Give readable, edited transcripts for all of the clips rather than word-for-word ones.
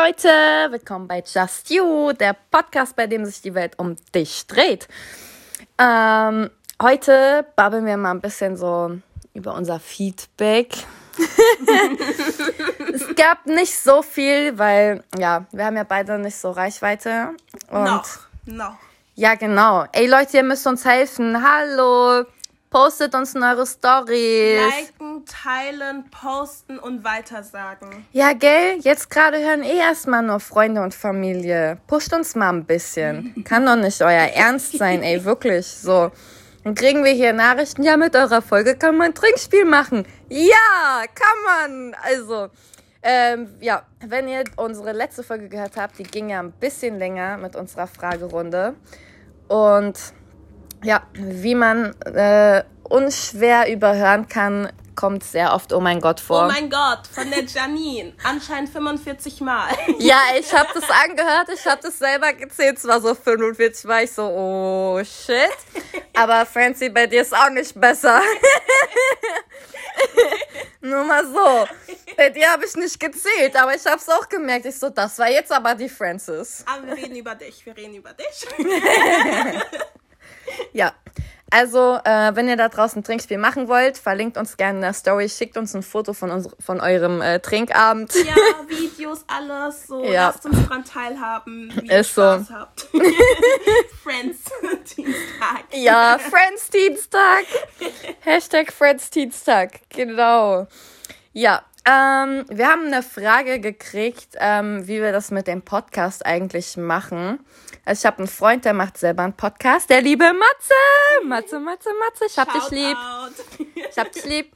Leute, willkommen bei Just You, der Podcast, bei dem sich die Welt um dich dreht. Heute babbeln wir mal ein bisschen so über unser Feedback. Es gab nicht so viel, weil, ja, wir haben ja beide nicht so Reichweite. Und noch. Ja, genau. Ey Leute, ihr müsst uns helfen. Hallo, postet uns in eure Stories. Liken, teilen, posten und weitersagen. Ja, gell? Jetzt gerade hören erstmal nur Freunde und Familie. Pusht uns mal ein bisschen. Kann doch nicht euer Ernst sein, ey, wirklich. So. Dann kriegen wir hier Nachrichten. Ja, mit eurer Folge kann man ein Trinkspiel machen. Ja, kann man. Also, ja, wenn ihr unsere letzte Folge gehört habt, die ging ja ein bisschen länger mit unserer Fragerunde. Und ja, wie man unschwer überhören kann, kommt sehr oft Oh mein Gott vor. Oh mein Gott, von der Janine. Anscheinend 45 Mal. Ja, ich habe das angehört, ich habe das selber gezählt, es war so 45, war ich so, oh shit. Aber Francie, bei dir ist auch nicht besser. Nur mal so. Bei dir habe ich nicht gezählt, aber ich habe es auch gemerkt. Ich so, das war jetzt aber die Francis. Aber wir reden über dich. Ja, also wenn ihr da draußen ein Trinkspiel machen wollt, verlinkt uns gerne in der Story, schickt uns ein Foto von eurem Trinkabend. Ja, Videos, alles. So, Ja. Lasst uns dran teilhaben, wie ihr Ist so. Spaß habt. Friends Dienstag. Ja, Friends Dienstag. Hashtag Friends Dienstag, genau. Ja, wir haben eine Frage gekriegt, wie wir das mit dem Podcast eigentlich machen. Also ich habe einen Freund, der macht selber einen Podcast, der liebe Matze. Matze, ich hab dich lieb. Ich hab dich lieb.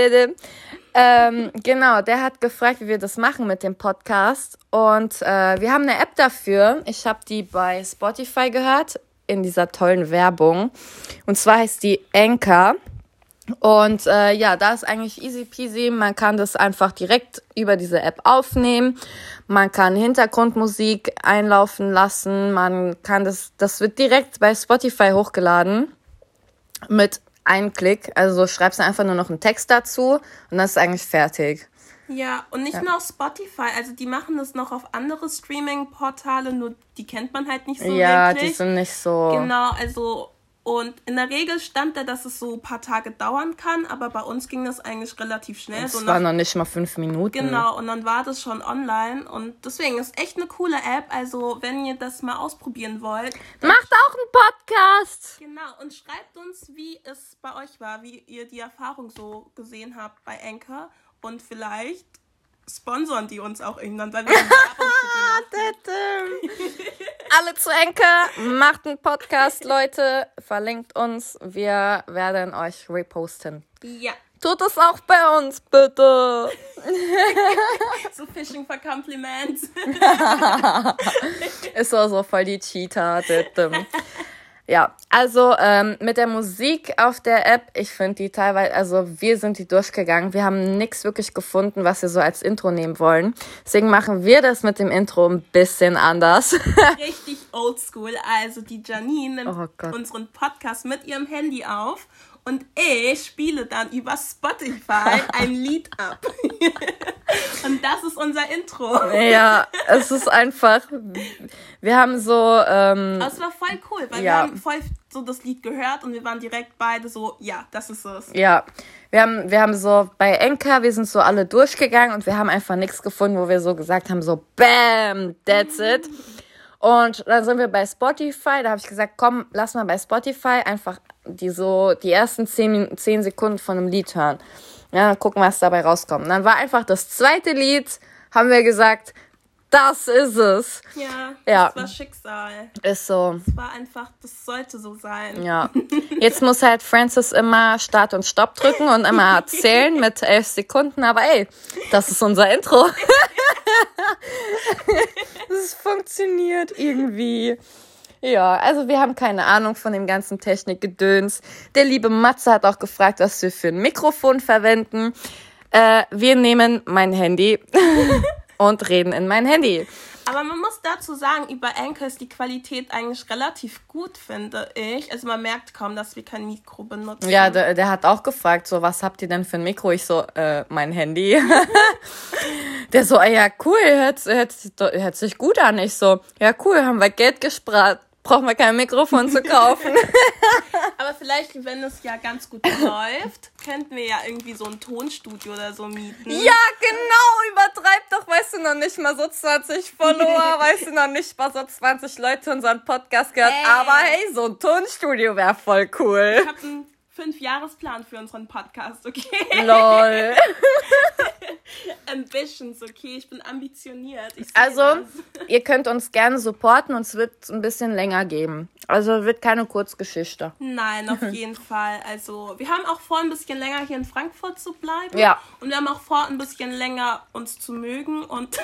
Genau, der hat gefragt, wie wir das machen mit dem Podcast. Und wir haben eine App dafür. Ich habe die bei Spotify gehört, in dieser tollen Werbung. Und zwar heißt die Anchor. Und ja, da ist eigentlich easy peasy. Man kann das einfach direkt über diese App aufnehmen. Man kann Hintergrundmusik einlaufen lassen. Man kann das wird direkt bei Spotify hochgeladen mit einem Klick. Also schreibst du einfach nur noch einen Text dazu und dann ist es eigentlich fertig. Ja, und nicht nur auf Spotify. Also die machen das noch auf andere Streaming-Portale, nur die kennt man halt nicht so Ja, wirklich. die sind nicht so... Genau, also... Und in der Regel stand da, dass es so ein paar Tage dauern kann, aber bei uns ging das eigentlich relativ schnell. Es war noch nicht mal 5 Minuten. Genau, und dann war das schon online und deswegen ist echt eine coole App. Also wenn ihr das mal ausprobieren wollt. Macht auch einen Podcast! Genau, und schreibt uns, wie es bei euch war, wie ihr die Erfahrung so gesehen habt bei Anchor und vielleicht sponsern die uns auch irgendwann, weil wir Werbung für die machen. Alle zu Anchor, macht einen Podcast, Leute, verlinkt uns, wir werden euch reposten. Ja, Tut es auch bei uns, bitte. so Fishing for Compliments. Ist so voll die Cheater. Ja, also mit der Musik auf der App, ich finde die teilweise, also wir sind die durchgegangen. Wir haben nichts wirklich gefunden, was wir so als Intro nehmen wollen. Deswegen machen wir das mit dem Intro ein bisschen anders. Richtig oldschool. Also die Janine nimmt unseren Podcast mit ihrem Handy auf und ich spiele dann über Spotify ein Lied ab. Und das ist unser Intro. Ja, es ist einfach, wir haben so... Aber es war voll cool, weil wir haben voll so das Lied gehört und wir waren direkt beide so, ja, das ist es. Ja, wir haben so bei Anchor, wir sind so alle durchgegangen und wir haben einfach nichts gefunden, wo wir so gesagt haben, so bam, that's it. Und dann sind wir bei Spotify, da habe ich gesagt, komm, lass mal bei Spotify einfach die ersten 10 Sekunden von einem Lied hören. Ja, dann gucken, was dabei rauskommt. Und dann war einfach das zweite Lied, haben wir gesagt, das ist es. Ja, das war Schicksal. Ist so. Das war einfach, das sollte so sein. Ja. Jetzt muss halt Francis immer Start und Stopp drücken und immer erzählen mit 11 Sekunden. Aber ey, das ist unser Intro. Das funktioniert irgendwie. Ja, also wir haben keine Ahnung von dem ganzen Technikgedöns. Der liebe Matze hat auch gefragt, was wir für ein Mikrofon verwenden. Wir nehmen mein Handy und reden in mein Handy. Aber man muss dazu sagen, über Anchor ist die Qualität eigentlich relativ gut, finde ich. Also man merkt kaum, dass wir kein Mikro benutzen. Ja, der hat auch gefragt, so, was habt ihr denn für ein Mikro? Ich so, mein Handy. Der so, ja, cool, hört sich gut an. Ich so, ja, cool, haben wir Geld gespart. Brauchen wir kein Mikrofon zu kaufen. Aber vielleicht, wenn es ja ganz gut läuft, könnten wir ja irgendwie so ein Tonstudio oder so mieten. Ja, genau, übertreib doch, weißt du, noch nicht mal so 20 Follower, weißt du, noch nicht mal so 20 Leute unseren Podcast gehört. Hey. Aber hey, so ein Tonstudio wäre voll cool. Ich habe einen 5-Jahresplan für unseren Podcast, okay? Lol. Ambitions, okay? Ich bin ambitioniert. Ihr könnt uns gerne supporten und es wird ein bisschen länger geben. Also wird keine Kurzgeschichte. Nein, auf jeden Fall. Also wir haben auch vor, ein bisschen länger hier in Frankfurt zu bleiben. Ja. Und wir haben auch vor, ein bisschen länger uns zu mögen und...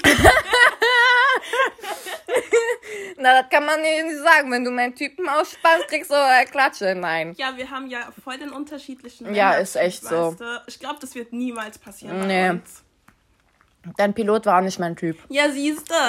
Na, das kann man nicht sagen. Wenn du meinen Typen ausspannst, kriegst du Klatsche. Nein. Ja, wir haben ja voll den unterschiedlichen... Ja, ist echt so. Du? Ich glaube, das wird niemals passieren bei uns. Dein Pilot war auch nicht mein Typ. Ja, siehst du.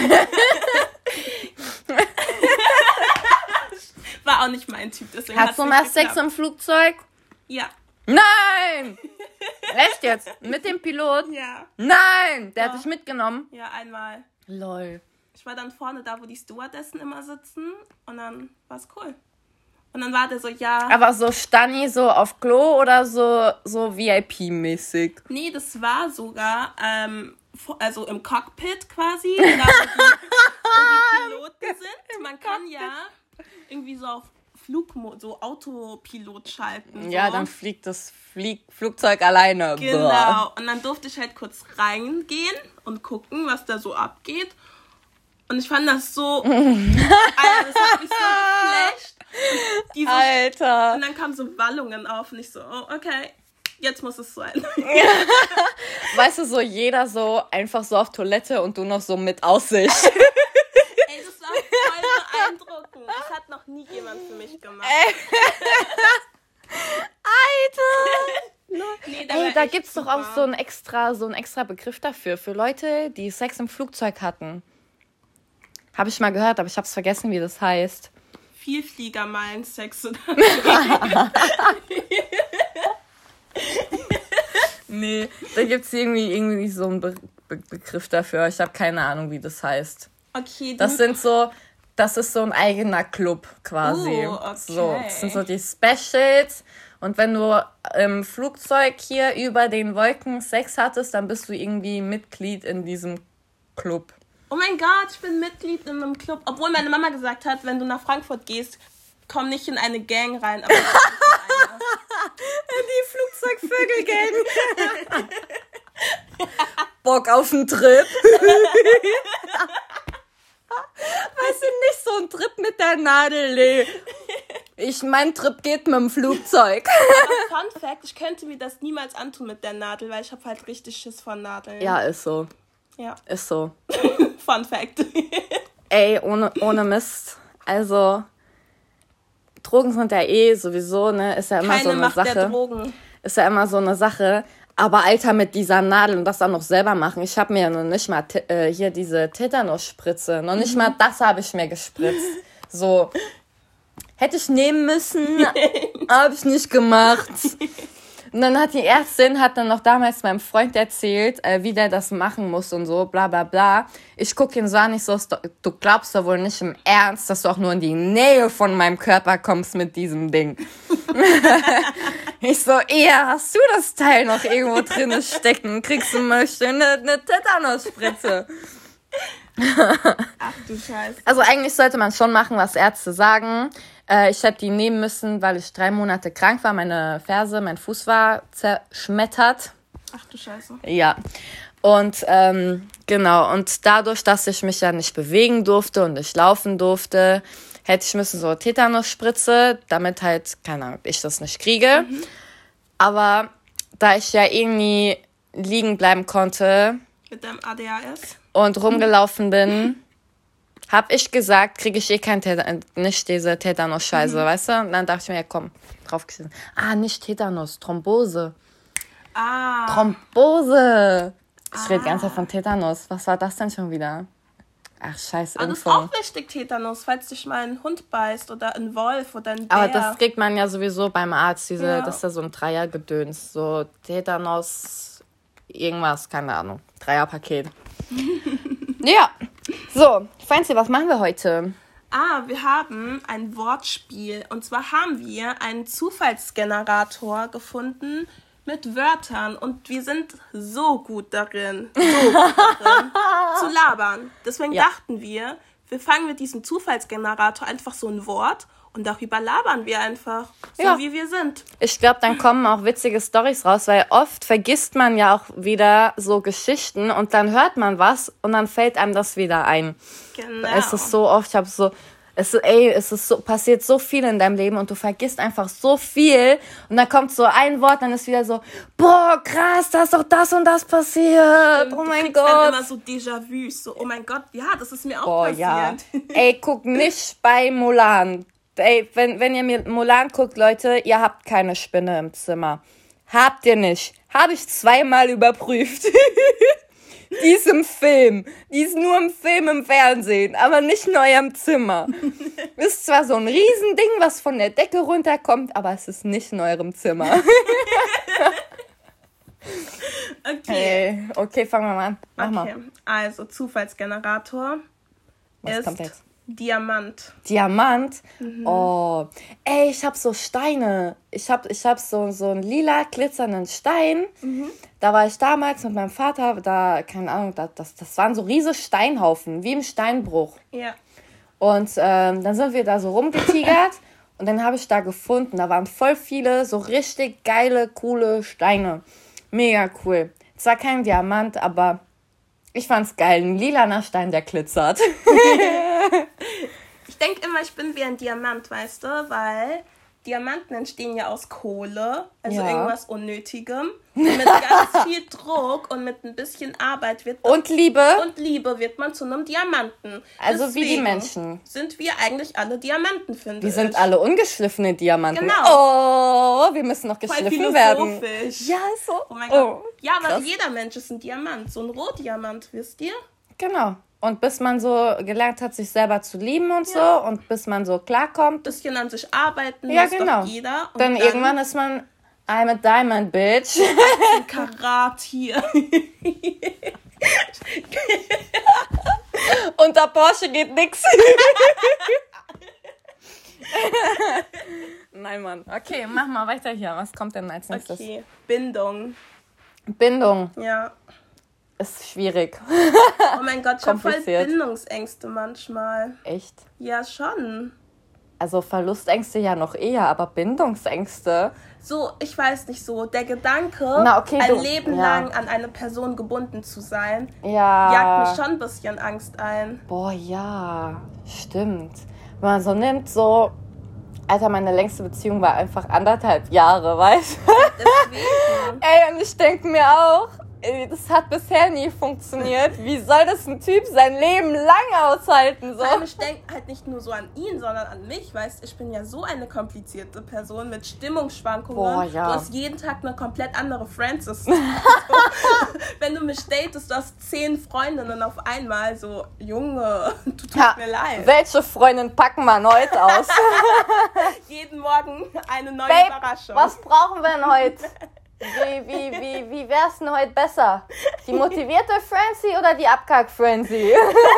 War auch nicht mein Typ. Deswegen hast du mal Sex im Flugzeug? Ja. Nein! Echt jetzt? Mit dem Pilot? Ja. Nein! Der hat dich mitgenommen? Ja, einmal. Lol. Ich war dann vorne da, wo die Stewardessen immer sitzen. Und dann war es cool. Und dann war der so, ja... Aber so Stani so auf Klo oder so VIP-mäßig? Nee, das war sogar, also im Cockpit quasi, da wo die Piloten sind. Man kann ja irgendwie so auf so Autopilot schalten. Ja, so. Dann fliegt das Flugzeug alleine. Genau. Boah. Und dann durfte ich halt kurz reingehen und gucken, was da so abgeht. Und ich fand das so... Alter, das hat mich so geflasht. Alter. Und dann kamen so Wallungen auf und ich so, oh, okay, jetzt muss es sein. Weißt du, so jeder so einfach so auf Toilette und du noch so mit Aussicht. Ey, das war voll beeindruckend. Das hat noch nie jemand für mich gemacht. Alter! Nee, da gibt's doch auch so einen extra Begriff dafür. Für Leute, die Sex im Flugzeug hatten. Habe ich mal gehört, aber ich hab's vergessen, wie das heißt. Vielfliegermeilen-Sex oder Nee, da gibt's irgendwie so einen Begriff dafür. Ich habe keine Ahnung, wie das heißt. Okay. Das ist so ein eigener Club quasi. Okay. So, das sind so die Specials. Und wenn du im Flugzeug hier über den Wolken Sex hattest, dann bist du irgendwie Mitglied in diesem Club. Oh mein Gott, ich bin Mitglied in einem Club. Obwohl meine Mama gesagt hat, wenn du nach Frankfurt gehst, komm nicht in eine Gang rein. Aber die Flugzeugvögel-Gang. Bock auf einen Trip. Weißt du, nicht so ein Trip mit der Nadel, nee. Mein Trip geht mit dem Flugzeug. Aber Fun Fact, ich könnte mir das niemals antun mit der Nadel, weil ich habe halt richtig Schiss vor Nadeln. Ja, ist so. Ja. Ist so. Fun Fact. Ey, ohne Mist. Also, Drogen sind ja sowieso, ne, ist ja immer Keine so eine Macht Sache. Der Drogen. Ist ja immer so eine Sache. Aber Alter, mit dieser Nadel und das auch noch selber machen. Ich habe mir ja noch nicht mal hier diese Tetanus-Spritze. Noch nicht mal das habe ich mir gespritzt. So. Hätte ich nehmen müssen, habe ich nicht gemacht. Und dann hat die Ärztin noch damals meinem Freund erzählt, wie der das machen muss und so, bla bla bla. Ich gucke ihn so an, ich so, du glaubst doch wohl nicht im Ernst, dass du auch nur in die Nähe von meinem Körper kommst mit diesem Ding. Ich so, hast du das Teil noch irgendwo drin stecken? Kriegst du mal schön eine Tetanus-Spritze. Ach du Scheiße. Also eigentlich sollte man schon machen, was Ärzte sagen. Ich hätte die nehmen müssen, weil ich 3 Monate krank war. Meine Ferse, mein Fuß war zerschmettert. Ach du Scheiße. Ja. Und genau. Und dadurch, dass ich mich ja nicht bewegen durfte und nicht laufen durfte, hätte ich müssen so Tetanus-Spritze, damit halt, keine Ahnung, ich das nicht kriege. Mhm. Aber da ich ja irgendwie liegen bleiben konnte. Mit deinem ADHS? Und rumgelaufen bin, habe ich gesagt, kriege ich nicht diese Tetanus-Scheiße, weißt du? Und dann dachte ich mir, ja komm, draufgeschissen. Nicht Tetanus, Thrombose. Thrombose. Ich rede die ganze Zeit von Tetanus. Was war das denn schon wieder? Ach, scheiß Aber das ist Impfung. auch wichtig, Tetanus, falls dich mal ein Hund beißt oder ein Wolf oder ein Bär. Aber das kriegt man ja sowieso beim Arzt, das ist ja so ein Dreiergedöns. So Tetanus, irgendwas, keine Ahnung. Dreierpaket. Ja. So, Franzi, was machen wir heute? Wir haben ein Wortspiel. Und zwar haben wir einen Zufallsgenerator gefunden mit Wörtern. Und wir sind so gut darin, zu labern. Deswegen dachten wir fangen mit diesem Zufallsgenerator einfach so ein Wort und darüber labern wir einfach, so wie wir sind. Ich glaube, dann kommen auch witzige Storys raus, weil oft vergisst man ja auch wieder so Geschichten und dann hört man was und dann fällt einem das wieder ein. Genau. Es ist so oft, passiert so viel in deinem Leben und du vergisst einfach so viel und dann kommt so ein Wort, dann ist wieder so, boah, krass, da ist doch das und das passiert. Oh mein Gott. Dann immer so Déjà-vu, so, oh mein Gott, ja, das ist mir auch passiert. Ja. Ey, guck nicht bei Mulan. Ey, wenn ihr mir Mulan guckt, Leute, ihr habt keine Spinne im Zimmer. Habt ihr nicht. Habe ich 2-mal überprüft. Die ist im Film. Die ist nur im Film im Fernsehen, aber nicht in eurem Zimmer. Ist zwar so ein Riesending, was von der Decke runterkommt, aber es ist nicht in eurem Zimmer. Okay, fangen wir mal an. Mach mal. Also Zufallsgenerator was kommt jetzt? Diamant. Diamant? Oh. Ey, ich hab so Steine. Ich hab so einen lila glitzernden Stein. Da war ich damals mit meinem Vater, keine Ahnung, das waren so riesige Steinhaufen, wie im Steinbruch. Ja. Und dann sind wir da so rumgetigert und dann habe ich da gefunden, da waren voll viele so richtig geile, coole Steine. Mega cool. Zwar kein Diamant, aber ich fand's geil. Ein lilaner Stein, der glitzert. Ich denke immer, ich bin wie ein Diamant, weißt du, weil Diamanten entstehen ja aus Kohle, also irgendwas Unnötigem. Und mit ganz viel Druck und mit ein bisschen Arbeit und Liebe wird man zu einem Diamanten. Also deswegen wie die Menschen. Sind wir eigentlich alle Diamanten, finde ich. Wir sind alle ungeschliffene Diamanten. Genau. Oh, wir müssen noch geschliffen werden. Ja, so. Oh mein Gott. Ja, aber jeder Mensch ist ein Diamant, so ein Rohdiamant, wisst ihr? Genau. Und bis man so gelernt hat, sich selber zu lieben und so und bis man so klarkommt. Bisschen an sich arbeiten muss doch jeder. Und dann irgendwann ist man, I'm a diamond, bitch. Ein Karat hier. Unter Porsche geht nix. Nein, Mann. Okay, mach mal weiter hier. Was kommt denn als nächstes? Okay, Bindung. Ja. Ist schwierig. Oh mein Gott, ich habe voll Bindungsängste manchmal. Echt? Ja, schon. Also Verlustängste ja noch eher, aber Bindungsängste. So, ich weiß nicht so. Der Gedanke, ein Leben lang an eine Person gebunden zu sein, jagt mich schon ein bisschen Angst ein. Boah, ja, stimmt. Wenn man so nimmt, so, Alter, meine längste Beziehung war einfach 1,5 Jahre, weißt du? Deswegen. Ey, und ich denke mir auch, das hat bisher nie funktioniert. Wie soll das ein Typ sein Leben lang aushalten? So? Ich denke halt nicht nur so an ihn, sondern an mich. Weißt, ich bin ja so eine komplizierte Person mit Stimmungsschwankungen. Boah, ja. Du hast jeden Tag eine komplett andere Francis. Wenn du mich datest, du hast 10 Freundinnen auf einmal. So, Junge, du tust mir leid. Welche Freundin packen wir heute aus? Jeden Morgen eine neue Überraschung. Was brauchen wir denn heute? Wie wär's denn heute besser? Die motivierte Francie oder die Abkack-Francie?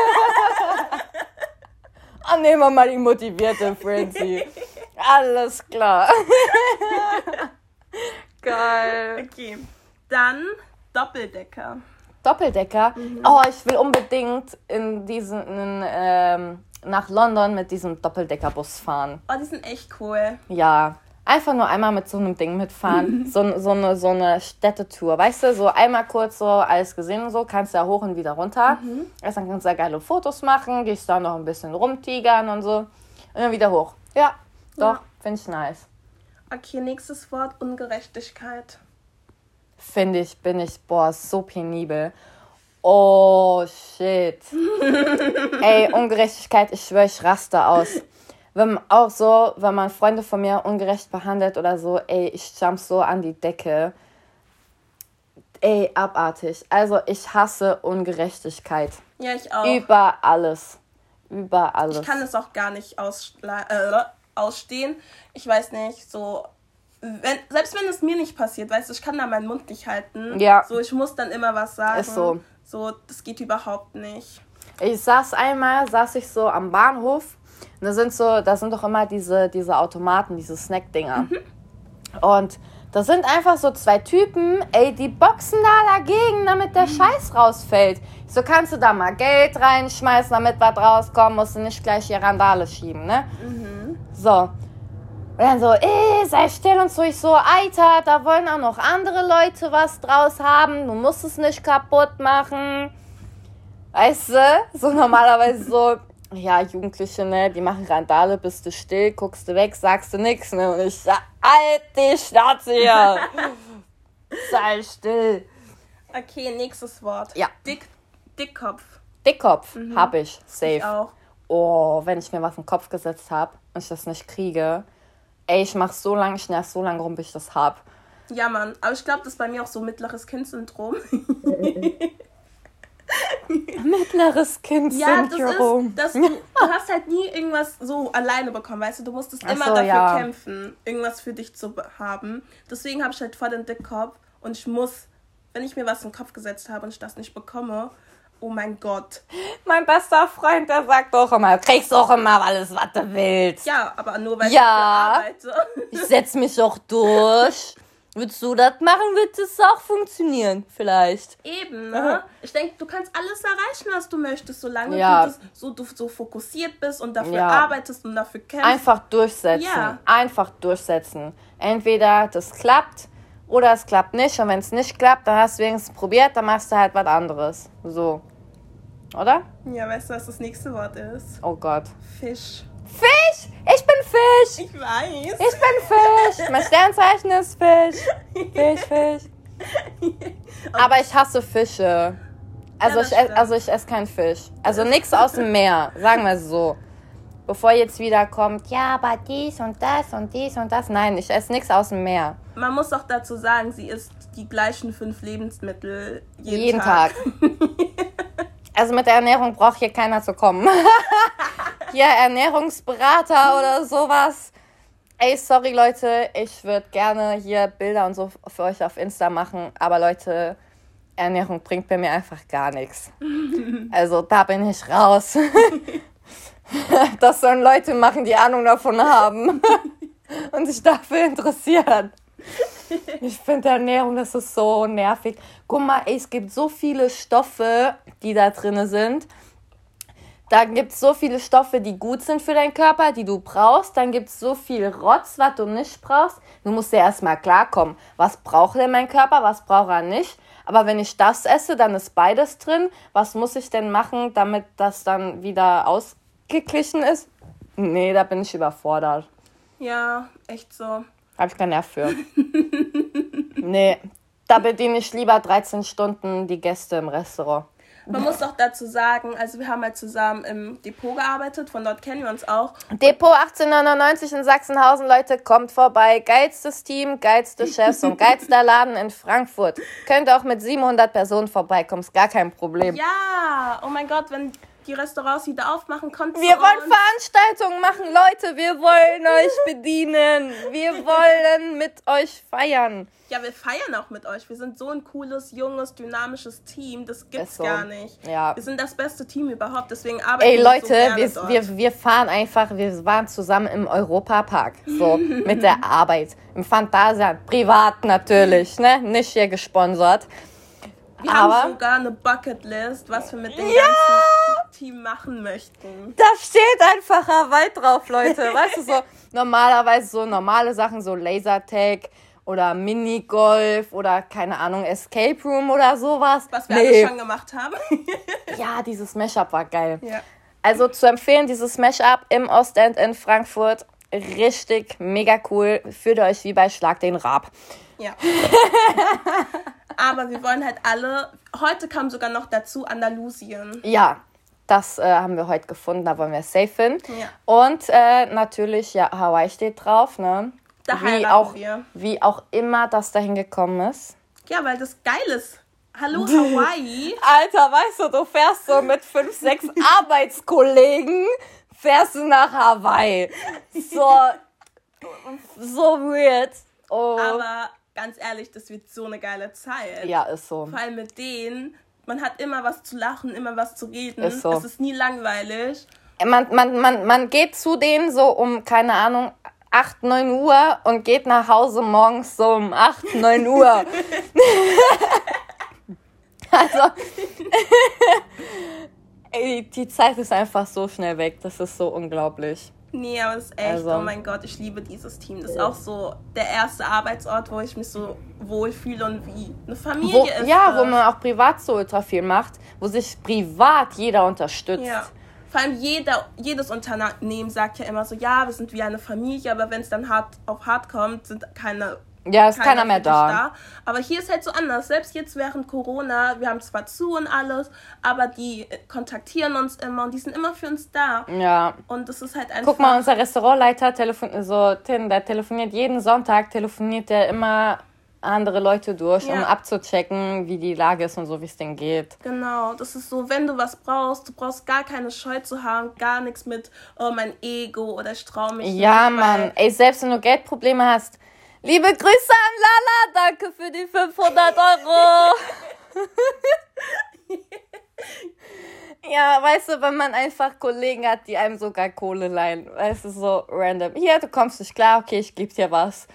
Nehmen wir mal die motivierte Francie. Alles klar. Geil. Okay, dann Doppeldecker. Doppeldecker? Oh, ich will unbedingt nach London mit diesem Doppeldeckerbus fahren. Oh, die sind echt cool. Ja. Einfach nur einmal mit so einem Ding mitfahren. so eine Städtetour. Weißt du, so einmal kurz so alles gesehen und so, kannst du ja hoch und wieder runter. Erst dann kannst du ja geile Fotos machen, gehst da noch ein bisschen rumtigern und so. Und dann wieder hoch. Ja, doch, finde ich nice. Okay, nächstes Wort, Ungerechtigkeit. So penibel. Oh, shit. Ey, Ungerechtigkeit, ich schwöre, ich raste aus. Wenn man Freunde von mir ungerecht behandelt oder so, ey, ich jump so an die Decke. Ey, abartig. Also, ich hasse Ungerechtigkeit. Ja, ich auch. Über alles. Über alles. Ich kann es auch gar nicht ausstehen. Ich weiß nicht, so... Selbst wenn es mir nicht passiert, weißt du, ich kann da meinen Mund nicht halten. Ja. So, ich muss dann immer was sagen. Ist so. So, das geht überhaupt nicht. Ich saß ich so am Bahnhof und da sind doch immer diese Automaten, diese Snack-Dinger. Und da sind einfach so 2 Typen, die boxen da dagegen, damit der Scheiß rausfällt. So, kannst du da mal Geld reinschmeißen, damit was rauskommt, musst du nicht gleich hier Randale schieben, ne? So. Und dann so, sei still und so. Ich so, Alter, da wollen auch noch andere Leute was draus haben. Du musst es nicht kaputt machen. Weißt du? So normalerweise so, ja, Jugendliche, ne, die machen Randale, bist du still, guckst du weg, sagst du nix, ne? Und ich sag, halt die Schnauze hier. Sei still. Okay, nächstes Wort. Ja. Dickkopf. Dickkopf, hab ich. Safe. Ich auch. Oh, wenn ich mir was in den Kopf gesetzt habe und ich das nicht kriege, ich nerv so lange rum, bis ich das hab. Ja, Mann. Aber ich glaube, das ist bei mir auch so mittleres Kind-Syndrom. Mittleres Kind-Syndrom. Ja, das ist, du hast halt nie irgendwas so alleine bekommen, weißt du? Du musstest immer dafür kämpfen, irgendwas für dich zu haben. Deswegen habe ich halt voll den Dickkopf und ich muss, wenn ich mir was in den Kopf gesetzt habe und ich das nicht bekomme, oh mein Gott. Mein bester Freund, der sagt auch immer, du kriegst auch immer alles, was du willst. Ja, aber nur, weil ich arbeite. Ich setz mich auch durch. Würdest du das machen, wird es auch funktionieren, vielleicht. Eben, ne? Ich denke, du kannst alles erreichen, was du möchtest, solange du so fokussiert bist und dafür arbeitest und dafür kämpfst. Einfach durchsetzen. Ja. Einfach durchsetzen. Entweder das klappt oder es klappt nicht. Und wenn es nicht klappt, dann hast du wenigstens probiert, dann machst du halt was anderes. So. Oder? Ja, weißt du, was das nächste Wort ist? Oh Gott. Fisch. Fisch! Ich bin Fisch! Ich weiß. Ich bin Fisch! Mein Sternzeichen ist Fisch. Fisch. Aber ich hasse Fische. Also ich esse keinen Fisch. Also nichts aus dem Meer, sagen wir es so. Bevor jetzt wieder kommt, ja, aber dies und das und dies und das. Nein, ich esse nichts aus dem Meer. Man muss auch dazu sagen, sie isst die gleichen 5 Lebensmittel jeden Tag. Also mit der Ernährung braucht hier keiner zu kommen. Hier Ernährungsberater oder sowas. Ey, sorry Leute, ich würde gerne hier Bilder und so für euch auf Insta machen. Aber Leute, Ernährung bringt bei mir einfach gar nichts. Also da bin ich raus. Das sollen Leute machen, die Ahnung davon haben und sich dafür interessieren. Ich finde Ernährung, das ist so nervig. Guck mal, es gibt so viele Stoffe, die da drin sind. Da gibt es so viele Stoffe, die gut sind für deinen Körper, die du brauchst. Dann gibt es so viel Rotz, was du nicht brauchst. Du musst ja erstmal klarkommen, was braucht denn mein Körper, was braucht er nicht. Aber wenn ich das esse, dann ist beides drin. Was muss ich denn machen, damit das dann wieder ausgeglichen ist? Nee, da bin ich überfordert. Ja, echt so. Habe ich keinen Nerv für. Nee, da bediene ich lieber 13 Stunden die Gäste im Restaurant. Man muss auch dazu sagen, also wir haben halt zusammen im Depot gearbeitet, von dort kennen wir uns auch. Depot 1899 in Sachsenhausen, Leute, kommt vorbei. Geilstes Team, geilste Chefs und geilster Laden in Frankfurt. Könnt auch mit 700 Personen vorbeikommen, ist gar kein Problem. Ja, oh mein Gott, wenn die Restaurants wieder aufmachen konnten. Wir wollen Veranstaltungen machen, Leute, wir wollen euch bedienen. Wir wollen mit euch feiern. Ja, wir feiern auch mit euch. Wir sind so ein cooles, junges, dynamisches Team. Das gibt's so gar nicht. Ja. Wir sind das beste Team überhaupt, deswegen arbeiten wir so gerne mit euch. Wir fahren einfach, wir waren zusammen im Europapark, so mit der Arbeit. Im Phantasialand, privat natürlich, ne? Nicht hier gesponsert. Wir haben sogar eine Bucketlist, was wir mit dem ganzen Team machen möchten. Da steht einfach Hawaii drauf, Leute. Weißt du, so normalerweise so normale Sachen, so Lasertag oder Minigolf oder, keine Ahnung, Escape Room oder sowas. Was wir alle schon gemacht haben. Ja, dieses Mashup war geil. Ja. Also zu empfehlen, dieses Mashup im Ostend in Frankfurt. Richtig, mega cool. Fühlt euch wie bei Schlag den Raab. Ja. Aber wir wollen halt alle, heute kam sogar noch dazu Andalusien. Ja, das haben wir heute gefunden, da wollen wir safe hin. Ja. Und natürlich, ja, Hawaii steht drauf, ne? Da heiraten wir. Wie auch immer das dahin gekommen ist. Ja, weil das geil ist. Hallo Hawaii. Alter, weißt du fährst so mit 5, 6 Arbeitskollegen, fährst du nach Hawaii. So weird. Oh. Aber ganz ehrlich, das wird so eine geile Zeit. Ja, ist so. Vor allem mit denen, man hat immer was zu lachen, immer was zu reden. Ist so. Es ist nie langweilig. Man geht zu denen so um, keine Ahnung, 8, 9 Uhr und geht nach Hause morgens so um 8, 9 Uhr. Also, ey, die Zeit ist einfach so schnell weg. Das ist so unglaublich. Nee, aber es ist echt, oh mein Gott, ich liebe dieses Team. Das ist auch so der erste Arbeitsort, wo ich mich so wohlfühle und wie eine Familie ist. Ja, wo man auch privat so ultra viel macht, wo sich privat jeder unterstützt. Ja. Vor allem jedes Unternehmen sagt ja immer so, ja, wir sind wie eine Familie, aber wenn es dann hart auf hart kommt, sind keiner mehr da. Aber hier ist halt so anders. Selbst jetzt während Corona, wir haben zwar zu und alles, aber die kontaktieren uns immer und die sind immer für uns da. Ja. Und das ist halt einfach... Guck mal, unser Restaurantleiter der telefoniert jeden Sonntag, der immer andere Leute durch, um abzuchecken, wie die Lage ist und so, wie es denen geht. Genau, das ist so, wenn du was brauchst, du braust gar keine Scheu zu haben, gar nichts mit, oh, mein Ego oder ich trau mich nicht. Ja, Mann, ey, selbst wenn du Geldprobleme hast, liebe Grüße an Lala, danke für die 500 Euro. Ja, weißt du, wenn man einfach Kollegen hat, die einem sogar Kohle leihen, weißt du, so random. Hier, du kommst nicht klar, okay, ich geb dir was.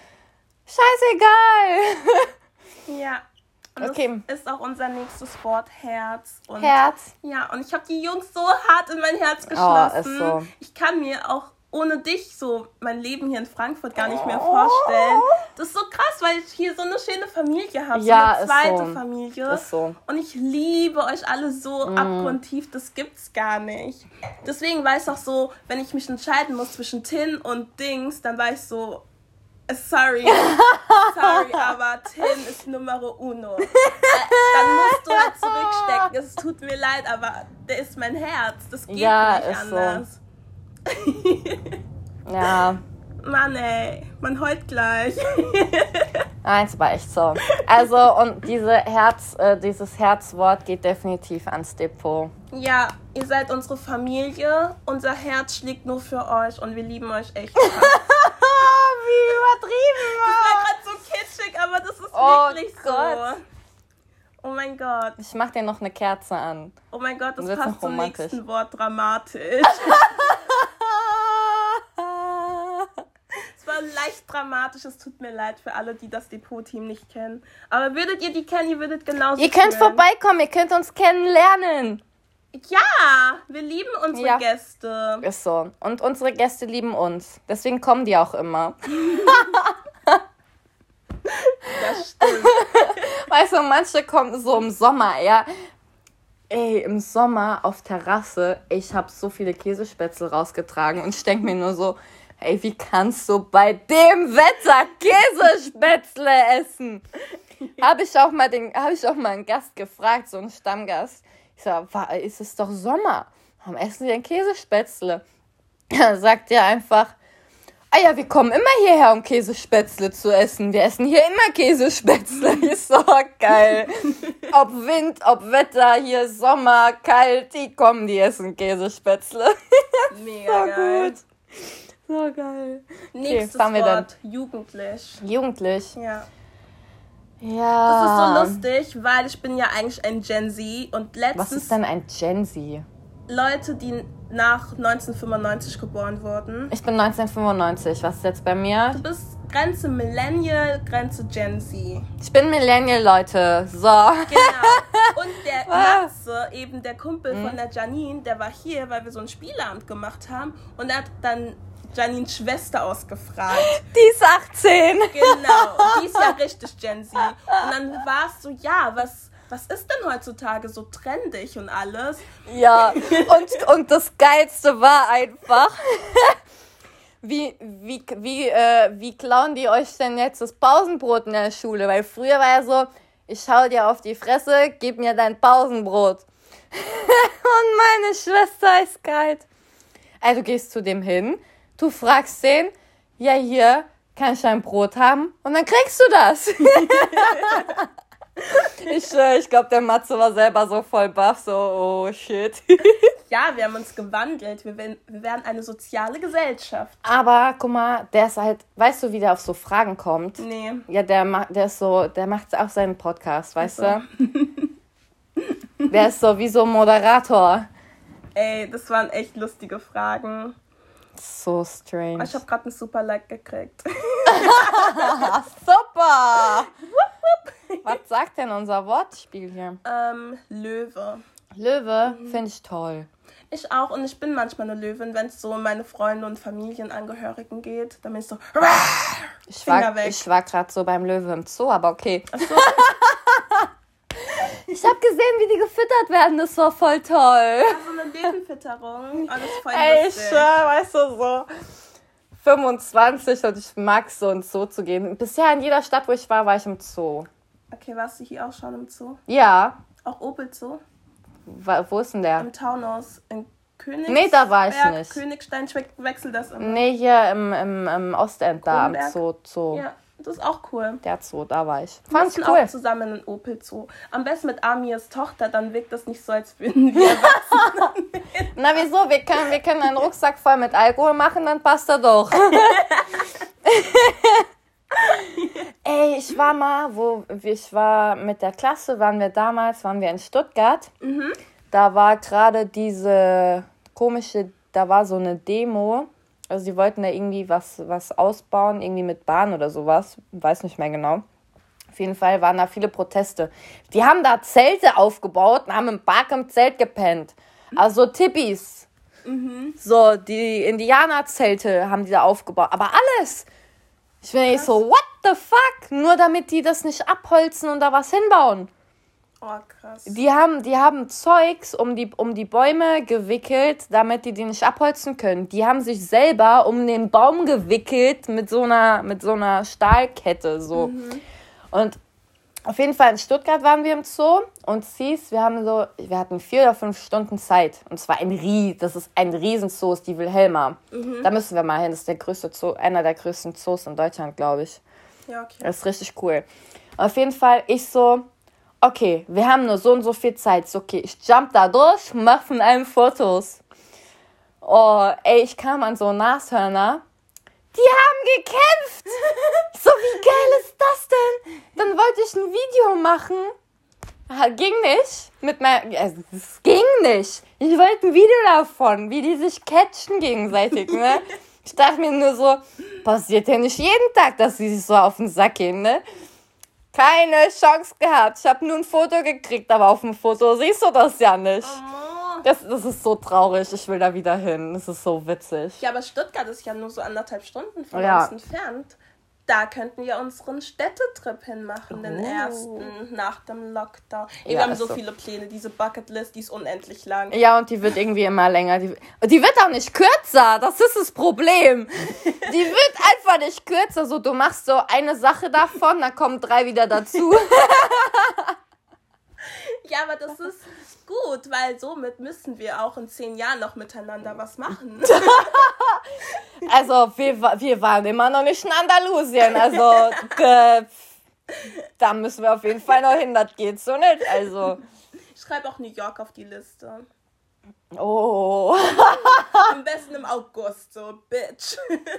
Scheißegal. Ja. Und okay. Das ist auch unser nächstes Wort, Herz. Und Herz? Ja, und ich habe die Jungs so hart in mein Herz geschlossen. Ist so. Ich kann mir auch ohne dich so mein Leben hier in Frankfurt gar nicht mehr vorstellen. Das ist so krass, weil ich hier so eine schöne Familie habe, ja, so eine zweite Familie. Ist so. Und ich liebe euch alle so abgrundtief, das gibt's gar nicht. Deswegen war ich auch so, wenn ich mich entscheiden muss zwischen Tin und Dings, dann war ich so, sorry, aber Tin ist Numero uno. Dann musst du halt zurückstecken. Es tut mir leid, aber der ist mein Herz. Das geht nicht anders. So. Ja. Mann, ey, man heult gleich. Nein, es war echt so. Also, und dieses Herzwort geht definitiv ans Depot. Ja, ihr seid unsere Familie. Unser Herz schlägt nur für euch und wir lieben euch echt. Wie übertrieben. Das war gerade so kitschig, aber das ist wirklich Gott. So. Oh mein Gott. Ich mach dir noch eine Kerze an. Oh mein Gott, das passt zum nächsten Wort, dramatisch. Es war leicht dramatisch, es tut mir leid für alle, die das Depot-Team nicht kennen. Aber würdet ihr die kennen, ihr würdet genauso Ihr könnt vorbeikommen, ihr könnt uns kennenlernen. Ja, wir lieben unsere Gäste. Ist so. Und unsere Gäste lieben uns. Deswegen kommen die auch immer. Das stimmt. Weißt du, manche kommen so im Sommer, ja. Ey, im Sommer auf Terrasse, ich habe so viele Käsespätzle rausgetragen und ich denke mir nur so, ey, wie kannst du bei dem Wetter Käsespätzle essen? Habe ich auch mal einen Gast gefragt, so einen Stammgast. Ich sag, ist es doch Sommer? Warum essen Sie denn Käsespätzle? Da sagt er einfach, ja, wir kommen immer hierher, um Käsespätzle zu essen. Wir essen hier immer Käsespätzle. Ist so geil. Ob Wind, ob Wetter, hier Sommer, kalt, die essen Käsespätzle. Mega so geil. Gut. So geil. Nächstes Wort, jugendlich. Jugendlich? Ja. Ja. Das ist so lustig, weil ich bin ja eigentlich ein Gen Z und letztens... Was ist denn ein Gen Z? Leute, die nach 1995 geboren wurden. Ich bin 1995. Was ist jetzt bei mir? Du bist Grenze Millennial, Grenze Gen Z. Ich bin Millennial, Leute. So. Genau. Und der Matze, eben der Kumpel von der Janine, der war hier, weil wir so ein Spieleabend gemacht haben. Und er hat dann Janines Schwester ausgefragt. Die ist 18. Genau. Die ist ja richtig Gen Z. Und dann war es so, ja, was ist denn heutzutage so trendig und alles? Ja, und das Geilste war einfach, wie klauen die euch denn jetzt das Pausenbrot in der Schule? Weil früher war ja so, ich schau dir auf die Fresse, gib mir dein Pausenbrot. Und meine Schwester ist kalt. Also du gehst zu dem hin, du fragst den, ja hier, kann ich ein Brot haben? Und dann kriegst du das. Ich glaube, der Matze war selber so voll baff, so, oh shit. Ja, wir haben uns gewandelt. Wir werden eine soziale Gesellschaft. Aber guck mal, der ist halt, weißt du, wie der auf so Fragen kommt? Nee. Ja, der macht auch seinen Podcast, weißt du? Der ist so wie so ein Moderator. Ey, das waren echt lustige Fragen. So strange. Ich habe gerade einen super Like gekriegt. Super! Was sagt denn unser Wortspiel hier? Löwe. Löwe finde ich toll. Ich auch, und ich bin manchmal eine Löwin, wenn es so um meine Freunde und Familienangehörigen geht. Dann bin ich so, ich war gerade so beim Löwe im Zoo, aber okay. Ach so. Ich habe gesehen, wie die gefüttert werden, das war voll toll. Also eine Löwenfütterung, alles voll lustig. Ich weißt du, so 25 und ich mag so ins Zoo zu gehen. Bisher in jeder Stadt, wo ich war ich im Zoo. Okay, warst du hier auch schon im Zoo? Ja. Auch Opel Zoo? Wo ist denn der? Im Taunus. In Königsberg. Nee, da war ich nicht. Königstein, ich wechsel das immer. Nee, hier im Ostend da am Zoo. Ja, das ist auch cool. Der Zoo, da war ich. Wir müssen auch zusammen in den Opel Zoo. Am besten mit Amirs Tochter, dann wirkt das nicht so, als würden wir erwachsen. Na wieso? Wir können einen Rucksack voll mit Alkohol machen, dann passt er doch. Ey, ich war mit der Klasse, waren wir in Stuttgart. Mhm. Da war gerade da war so eine Demo. Also die wollten da irgendwie was ausbauen, irgendwie mit Bahn oder sowas. Weiß nicht mehr genau. Auf jeden Fall waren da viele Proteste. Die haben da Zelte aufgebaut und haben im Park im Zelt gepennt. Also Tippis. Mhm. So, die Indianerzelte haben die da aufgebaut. Aber alles. Ich bin nicht so, what the fuck? Nur damit die das nicht abholzen und da was hinbauen. Oh, krass. Die haben Zeugs um die Bäume gewickelt, damit die nicht abholzen können. Die haben sich selber um den Baum gewickelt mit so einer Stahlkette. So. Mhm. Und auf jeden Fall in Stuttgart waren wir im Zoo und wir hatten 4 oder 5 Stunden Zeit. Und zwar das ist ein Riesenzoo, ist die Wilhelma. Mhm. Da müssen wir mal hin, das ist der größte Zoo, einer der größten Zoos in Deutschland, glaube ich. Ja, okay. Das ist richtig cool. Auf jeden Fall, okay, wir haben nur so und so viel Zeit. So, okay, ich jump da durch, mach von allem Fotos. Oh, ey, ich kam an so Nashörner. Die haben gekämpft. So, wie geil ist das denn? Dann wollte ich ein Video machen. Ging nicht. Es ging nicht. Ich wollte ein Video davon, wie die sich catchen gegenseitig, ne? Ich dachte mir nur so, passiert ja nicht jeden Tag, dass sie sich so auf den Sack gehen, ne? Keine Chance gehabt. Ich habe nur ein Foto gekriegt, aber auf dem Foto siehst du das ja nicht. Das ist so traurig. Ich will da wieder hin. Das ist so witzig. Ja, aber Stuttgart ist ja nur so 1,5 Stunden von uns entfernt. Da könnten wir unseren Städtetrip hinmachen, den ersten nach dem Lockdown. Wir haben so viele Pläne. Diese Bucketlist, die ist unendlich lang. Ja, und die wird irgendwie immer länger. Die wird auch nicht kürzer. Das ist das Problem. Die wird einfach nicht kürzer. So, du machst so eine Sache davon, dann kommen 3 wieder dazu. Ja, aber das ist gut, weil somit müssen wir auch in 10 Jahren noch miteinander was machen. Also, wir waren immer noch nicht in Andalusien. Also, da müssen wir auf jeden Fall noch hin. Das geht so nicht. Also. Ich schreibe auch New York auf die Liste. Oh. Am besten im August, so, bitch.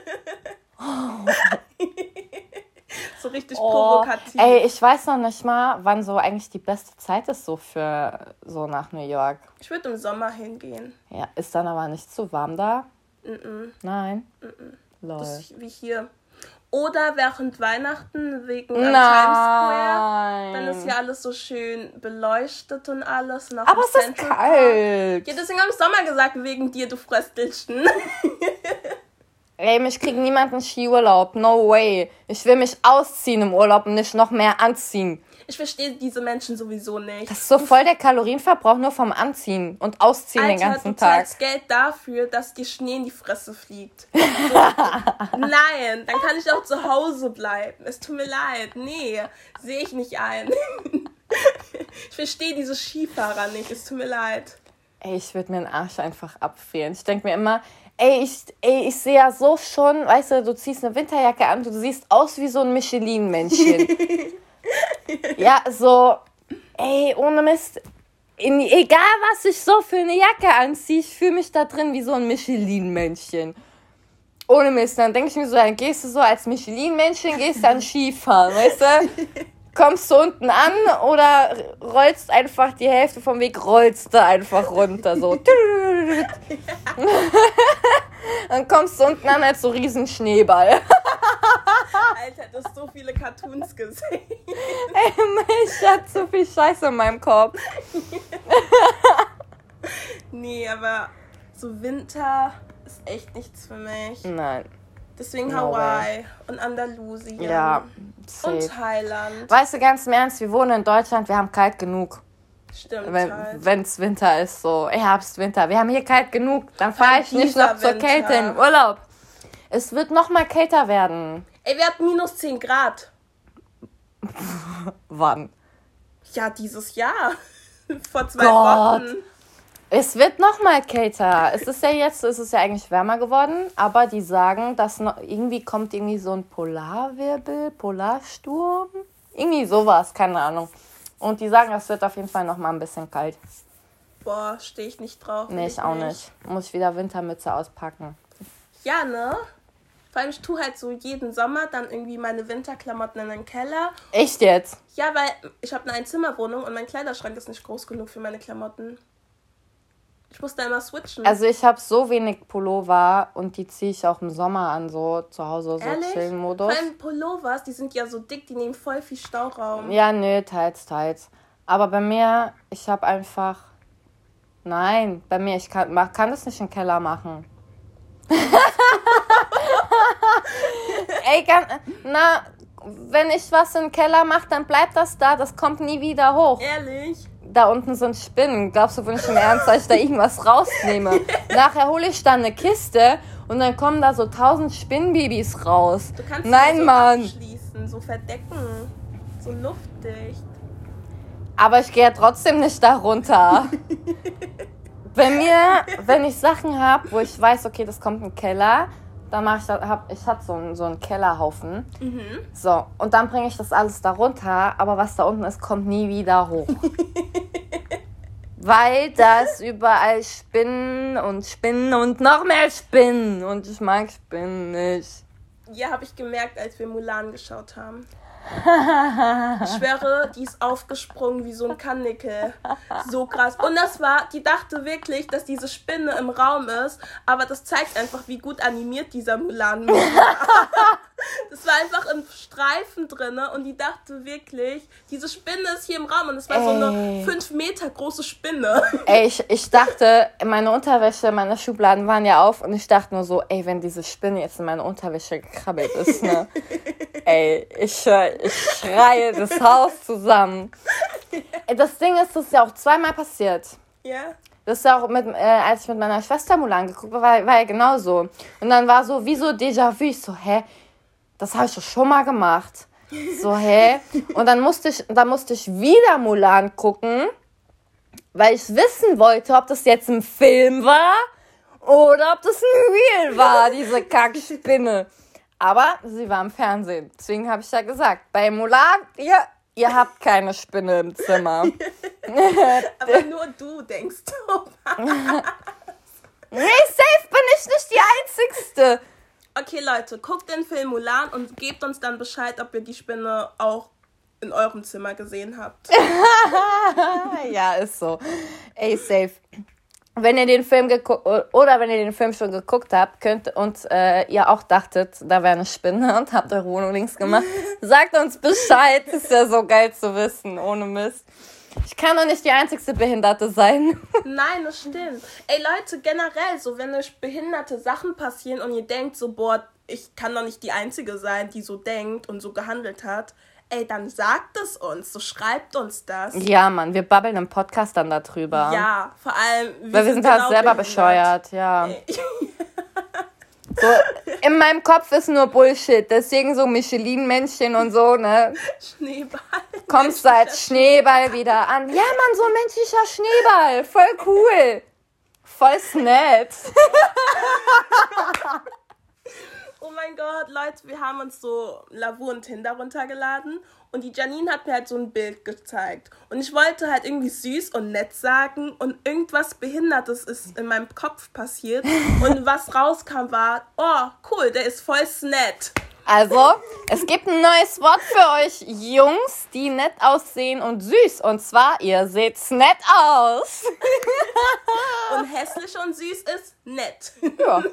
So richtig provokativ. Ey, ich weiß noch nicht mal, wann so eigentlich die beste Zeit ist so für so nach New York. Ich würde im Sommer hingehen. Ja, ist dann aber nicht zu warm da? Nein? Lol. Das ist wie hier. Oder während Weihnachten wegen Times Square. Dann ist ja alles so schön beleuchtet und alles. Und aber es ist kalt. Ja, deswegen habe ich Sommer gesagt, wegen dir, du Fröstelchen. Ey, mich kriegt niemand einen Skiurlaub. No way. Ich will mich ausziehen im Urlaub und nicht noch mehr anziehen. Ich verstehe diese Menschen sowieso nicht. Das ist so voll der Kalorienverbrauch nur vom Anziehen und Ausziehen den ganzen Tag. Du zahlst Geld dafür, dass dir Schnee in die Fresse fliegt. So, nein, dann kann ich auch zu Hause bleiben. Es tut mir leid. Nee, sehe ich nicht ein. Ich verstehe diese Skifahrer nicht. Es tut mir leid. Ey, ich würde mir den Arsch einfach abfrieren. Ich denke mir immer, ich sehe ja so schon, weißt du ziehst eine Winterjacke an, du siehst aus wie so ein Michelin-Männchen. Ja, so, ey, ohne Mist. Egal, was ich so für eine Jacke anziehe, ich fühle mich da drin wie so ein Michelin-Männchen. Ohne Mist. Dann denke ich mir so, dann gehst du so als Michelin-Männchen, gehst dann Skifahren, weißt du? Kommst du unten an oder rollst einfach die Hälfte vom Weg, rollst du einfach runter, so. Dann kommst du unten an als so riesen Schneeball. Alter, du hast so viele Cartoons gesehen. Ey, ich hatte so viel Scheiße in meinem Kopf. Nee, aber so Winter ist echt nichts für mich. Nein. Deswegen No Hawaii way. und Andalusien. Ja, safe. Und Thailand. Weißt du, ganz im Ernst, wir wohnen in Deutschland, wir haben kalt genug. Stimmt, Wenn es Winter ist, so Herbst, Winter. Wir haben hier kalt genug, dann fahre ich nicht noch zur Kälte in Urlaub. Es wird noch mal kälter werden. Ey, wir hatten minus 10 Grad. Wann? Ja, dieses Jahr. Vor 2 Gott. Wochen. Es wird noch mal kälter. Es ist ja eigentlich wärmer geworden, aber die sagen, dass noch, irgendwie kommt irgendwie so ein Polarwirbel, Polarsturm. Irgendwie sowas, keine Ahnung. Und die sagen, es wird auf jeden Fall noch mal ein bisschen kalt. Boah, stehe ich nicht drauf. Nee, ich auch nicht. Muss ich wieder Wintermütze auspacken. Ja, ne? Vor allem, ich tue halt so jeden Sommer dann irgendwie meine Winterklamotten in den Keller. Echt jetzt? Ja, weil ich habe eine Einzimmerwohnung und mein Kleiderschrank ist nicht groß genug für meine Klamotten. Ich muss da immer switchen. Also ich habe so wenig Pullover und die ziehe ich auch im Sommer an, so zu Hause, so Ehrlich? Chillen-Modus. Vor allem Pullovers, die sind ja so dick, die nehmen voll viel Stauraum. Ja, nö, teils. Aber bei mir, ich habe einfach... Nein, bei mir, ich kann das nicht im Keller machen. Ey, wenn ich was im Keller mache, dann bleibt das da, das kommt nie wieder hoch. Ehrlich? Da unten sind Spinnen. Glaubst du wirklich im Ernst, dass ich da irgendwas rausnehme? Nachher hole ich dann eine Kiste und dann kommen da so 1000 Spinnenbabys raus. Du kannst Nein, so Mann. abschließen, so verdecken. So luftdicht. Aber ich gehe ja trotzdem nicht da runter. Wenn ich Sachen habe, wo ich weiß, okay, das kommt in den Keller, dann mache ich habe so einen Kellerhaufen. Mhm. So, und dann bringe ich das alles da runter, aber was da unten ist, kommt nie wieder hoch. Weil da ist überall Spinnen und noch mehr Spinnen. Und ich mag Spinnen nicht. Ja, habe ich gemerkt, als wir Mulan geschaut haben. Ich schwöre, die ist aufgesprungen wie so ein Karnickel. So krass. Und die dachte wirklich, dass diese Spinne im Raum ist, aber das zeigt einfach, wie gut animiert dieser Mulan war. Das war einfach ein Streifen drin und die dachte wirklich, diese Spinne ist hier im Raum und es war so eine 5 Meter große Spinne. Ey, ich dachte, meine Unterwäsche, meine Schubladen waren ja auf und ich dachte nur so, ey, wenn diese Spinne jetzt in meine Unterwäsche gekrabbelt ist, ne? Ey, ich schreie das Haus zusammen. Das Ding ist, das ist ja auch zweimal passiert. Ja? Das ist ja auch als ich mit meiner Schwester Mulan geguckt habe, war ja genauso. Und dann war so wie so Déjà-vu. Ich so, hä? Das habe ich doch schon mal gemacht. So, hä? Und dann musste ich wieder Mulan gucken, weil ich wissen wollte, ob das jetzt ein Film war oder ob das ein Real war, diese Kackspinne. Aber sie war im Fernsehen. Deswegen habe ich ja gesagt, bei Mulan, ihr habt keine Spinne im Zimmer. Aber nur du denkst sowas. Nee, safe bin ich nicht die Einzigste. Okay, Leute, guckt den Film Mulan und gebt uns dann Bescheid, ob ihr die Spinne auch in eurem Zimmer gesehen habt. Ja, ist so. Ey, safe. Wenn ihr den Film schon geguckt habt, und ihr auch dachtet, da wäre eine Spinne und habt eure Wohnung links gemacht, sagt uns Bescheid. Ist ja so geil zu wissen, ohne Mist. Ich kann doch nicht die einzigste Behinderte sein. Nein, das stimmt. Ey, Leute, generell, so wenn euch behinderte Sachen passieren und ihr denkt so, boah, ich kann doch nicht die Einzige sein, die so denkt und so gehandelt hat, ey, dann sagt es uns, so schreibt uns das. Ja, Mann, wir babbeln im Podcast dann darüber. Ja, vor allem, weil wir sind halt selber bescheuert, ja. So, in meinem Kopf ist nur Bullshit, deswegen so Michelin-Männchen und so, ne? Schneeball. Kommst du als Schneeball wieder an. Ja, Mann, so ein menschlicher Schneeball, voll cool. Voll nett. Oh mein Gott, Leute, wir haben uns so Lavu und Tinder runtergeladen und die Janine hat mir halt so ein Bild gezeigt. Und ich wollte halt irgendwie süß und nett sagen und irgendwas Behindertes ist in meinem Kopf passiert. Und was rauskam war, oh, cool, der ist voll nett. Also, es gibt ein neues Wort für euch Jungs, die nett aussehen und süß. Und zwar, ihr seht nett aus. Und hässlich und süß ist nett. Ja.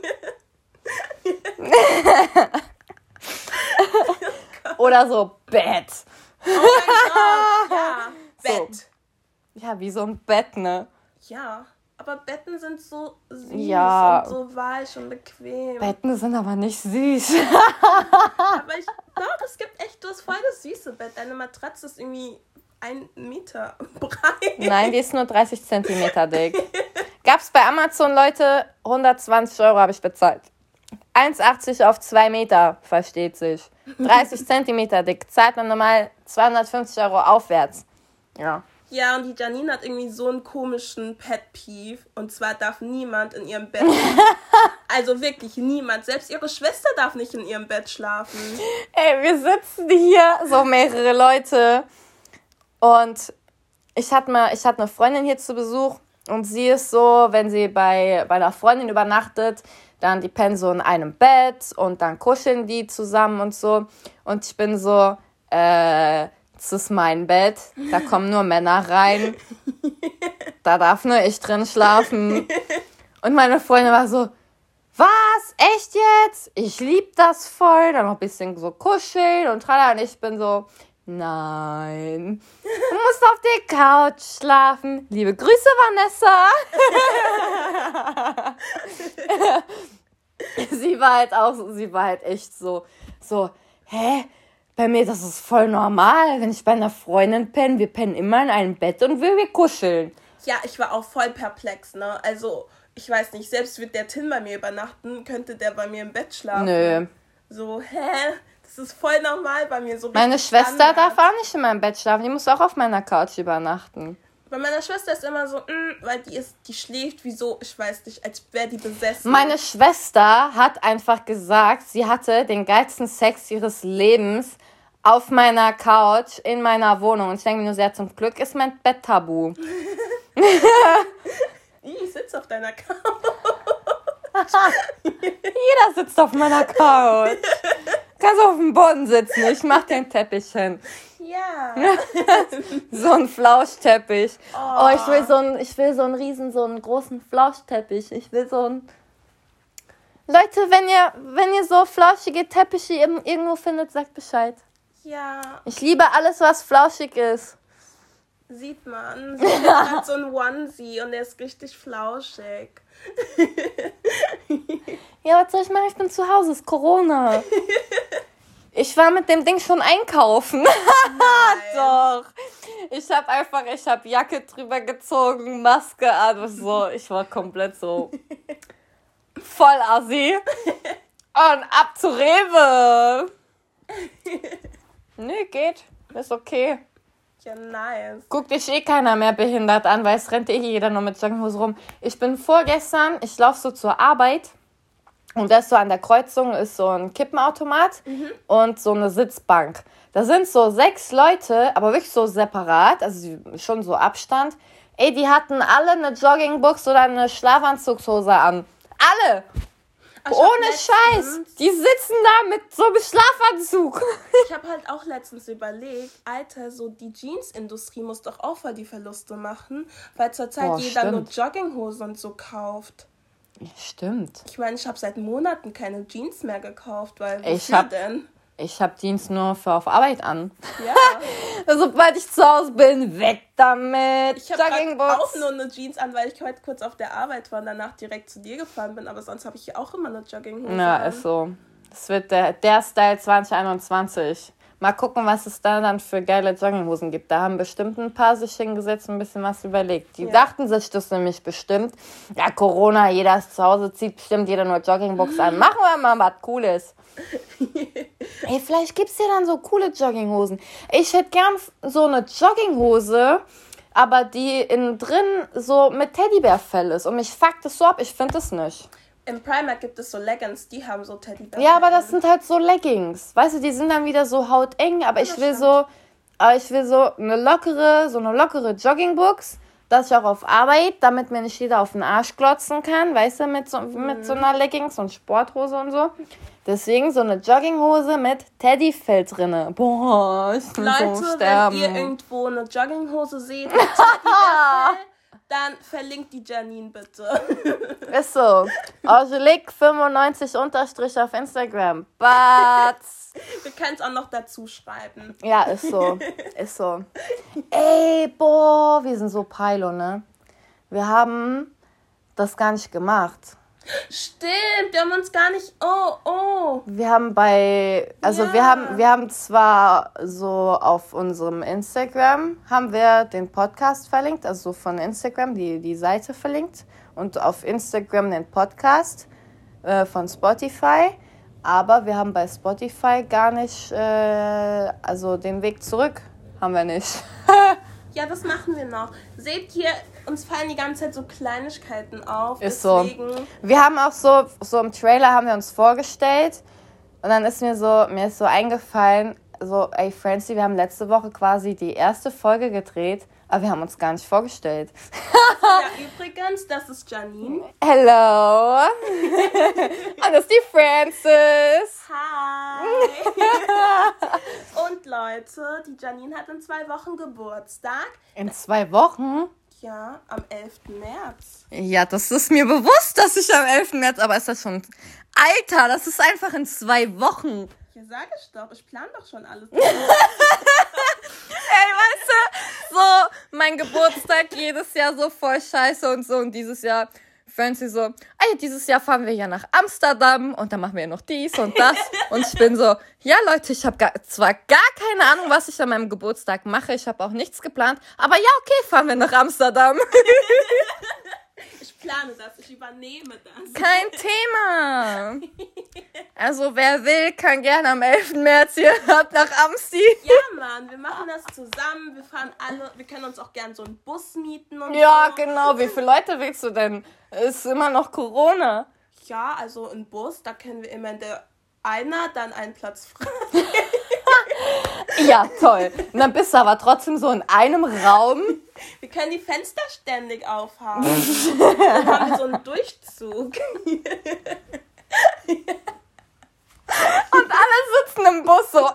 Oder so Bett. Oh mein Gott, ja. Bett. So. Ja, wie so ein Bett, ne? Ja, aber Betten sind so süß ja. und so weich und bequem. Betten sind aber nicht süß. Aber doch, es gibt echt, du hast voll das süße Bett. Deine Matratze ist irgendwie 1 Meter breit. Nein, die ist nur 30 Zentimeter dick. Gab's bei Amazon, Leute, 120 € habe ich bezahlt. 1,80 auf 2 Meter, versteht sich. 30 Zentimeter dick, zahlt man normal 250 € aufwärts. Ja. Ja, und die Janine hat irgendwie so einen komischen Pet-Peeve. Und zwar darf niemand in ihrem Bett. Also wirklich niemand. Selbst ihre Schwester darf nicht in ihrem Bett schlafen. Ey, wir sitzen hier, so mehrere Leute. Und ich hatte eine Freundin hier zu Besuch. Und sie ist so, wenn sie bei einer Freundin übernachtet, dann die pennen so in einem Bett und dann kuscheln die zusammen und so. Und ich bin so, das ist mein Bett, da kommen nur Männer rein, da darf nur ich drin schlafen. Und meine Freundin war so, was, echt jetzt? Ich lieb das voll, dann noch ein bisschen so kuscheln und tralala. Und ich bin so, nein, du musst auf der Couch schlafen. Liebe Grüße, Vanessa. Sie war halt echt so, hä? Bei mir, das ist voll normal, wenn ich bei einer Freundin penne. Wir pennen immer in einem Bett und wir kuscheln. Ja, ich war auch voll perplex, ne? Also, ich weiß nicht, selbst wird der Tim bei mir übernachten, könnte der bei mir im Bett schlafen. Nö. So, hä? Das ist voll normal bei mir. So meine Schwester darf auch nicht in meinem Bett schlafen, die muss auch auf meiner Couch übernachten. Bei meiner Schwester ist immer so, weil die schläft wie so, ich weiß nicht, als wäre die besessen. Meine Schwester hat einfach gesagt, sie hatte den geilsten Sex ihres Lebens auf meiner Couch in meiner Wohnung. Und ich denke mir nur sehr, zum Glück ist mein Bett tabu. Ich sitze auf deiner Couch. Jeder sitzt auf meiner Couch. Kannst auf dem Boden sitzen, ich mach den Teppich hin. Ja. So ein Flauschteppich. Oh, ich will so einen großen Flauschteppich. Ich will so ein... Leute, wenn ihr so flauschige Teppiche irgendwo findet, sagt Bescheid. Ja. Ich liebe alles, was flauschig ist. Sieht man. Sie hat so ein Onesie und der ist richtig flauschig. Ja, was soll ich machen? Ich bin zu Hause, es ist Corona. Ich war mit dem Ding schon einkaufen. Doch. Ich hab Jacke drüber gezogen, Maske an, so. Ich war komplett so voll assi. Und ab zu Rewe. Nee, geht. Ist okay. Ja, nice. Guckt dich keiner mehr behindert an, weil es rennt jeder nur mit Jogginghose rum. Ich bin vorgestern, ich laufe so zur Arbeit und da ist so an der Kreuzung ist so ein Kippenautomat und so eine Sitzbank. Da sind so 6 Leute, aber wirklich so separat, also schon so Abstand. Ey, die hatten alle eine Joggingbuchse oder eine Schlafanzugshose an. Alle! Ohne Scheiß! Die sitzen da mit so einem Schlafanzug. Ich habe halt auch letztens überlegt, Alter, so die Jeansindustrie muss doch auch voll die Verluste machen, weil zurzeit jeder nur Jogginghosen und so kauft. Stimmt. Ich meine, ich habe seit Monaten keine Jeans mehr gekauft, weil Ich habe Jeans nur für auf Arbeit an. Ja. Sobald ich zu Hause bin, weg damit. Ich habe auch nur eine Jeans an, weil ich heute kurz auf der Arbeit war und danach direkt zu dir gefahren bin. Aber sonst habe ich auch immer eine Jogginghose an. Ist so. Das wird der Style 2021. Mal gucken, was es da dann für geile Jogginghosen gibt. Da haben bestimmt ein paar sich hingesetzt und ein bisschen was überlegt. Die dachten sich das nämlich bestimmt. Ja, Corona, jeder ist zu Hause, zieht bestimmt jeder nur Joggingbox an. Machen wir mal was Cooles. Ey, vielleicht gibt's ja dann so coole Jogginghosen. Ich hätte gern so eine Jogginghose, aber die innen drin so mit Teddybärfell ist. Und mich fuckt das so ab, ich finde das nicht. Im Primark gibt es so Leggings, die haben so Teddybär. Ja, aber das sind halt so Leggings. Weißt du, die sind dann wieder so hauteng, aber ich will so eine lockere Joggingbuchs, dass ich auch auf Arbeit, damit mir nicht jeder auf den Arsch glotzen kann, weißt du, mit so einer Leggings und Sporthose und so. Deswegen so eine Jogginghose mit Teddyfell drinne. Boah, ich will so sterben. Wenn ihr irgendwo eine Jogginghose seht mit Teddybärfell, dann verlinkt die Janine bitte. Ist so. Angelique95_ auf Instagram. Batz. Wir können es auch noch dazu schreiben. Ja, ist so. Ist so. Ey, boah, wir sind so Pilo, ne? Wir haben das gar nicht gemacht. Stimmt, wir haben uns gar nicht... Oh. Wir haben wir haben zwar so auf unserem Instagram haben wir den Podcast verlinkt, also von Instagram die Seite verlinkt und auf Instagram den Podcast von Spotify, aber wir haben bei Spotify gar nicht, also den Weg zurück haben wir nicht. Ja, das machen wir noch. Seht hier, uns fallen die ganze Zeit so Kleinigkeiten auf. Ist deswegen. so. Wir haben auch so im Trailer haben wir uns vorgestellt und dann ist mir so eingefallen, so, ey Francie, wir haben letzte Woche quasi die erste Folge gedreht, aber wir haben uns gar nicht vorgestellt. Ja, übrigens, das ist Janine. Hello. Und das ist die Francis. Hi. Und Leute, die Janine hat in 2 Wochen Geburtstag. In 2 Wochen? Ja, am 11. März. Ja, das ist mir bewusst, dass ich am 11. März, aber ist das schon... Alter, das ist einfach in 2 Wochen. Ja, sag ich doch, ich plane doch schon alles. Ey, weißt du, so mein Geburtstag jedes Jahr so voll scheiße und so und dieses Jahr Francie so, ey, dieses Jahr fahren wir ja nach Amsterdam und dann machen wir noch dies und das und ich bin so, ja Leute, ich habe zwar gar keine Ahnung, was ich an meinem Geburtstag mache, ich habe auch nichts geplant, aber ja, okay, fahren wir nach Amsterdam. Ich plane das, ich übernehme das. Kein Thema. Also wer will, kann gerne am 11. März hier ab nach Amsti. Ja, Mann, wir machen das zusammen. Wir fahren alle, wir können uns auch gern so einen Bus mieten und Ja, so. genau. Wie viele Leute willst du denn? Ist immer noch Corona. Ja, also ein Bus, da können wir immer einer dann einen Platz frei. Ja, toll. Und dann bist du aber trotzdem so in einem Raum. Wir können die Fenster ständig aufhaben. Dann haben wir so einen Durchzug. Und alle sitzen im Bus so.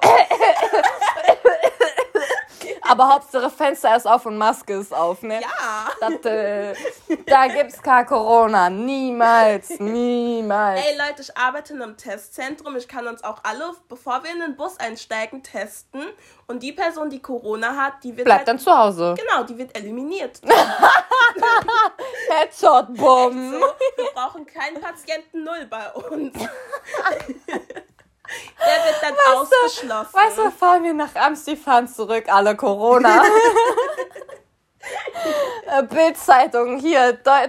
Aber Hauptsache Fenster ist auf und Maske ist auf, ne? Ja. Da gibt's kein Corona. Niemals. Niemals. Ey Leute, ich arbeite in einem Testzentrum. Ich kann uns auch alle, bevor wir in den Bus einsteigen, testen. Und die Person, die Corona hat, die wird bleibt dann zu Hause. Genau, die wird eliminiert. Headshot-Bomb. So, wir brauchen keinen Patienten 0 bei uns. Der wird dann ausgeschlossen. Weißt du, fahren wir nach Amsti, fahren zurück, alle Corona. Bild-Zeitung, hier,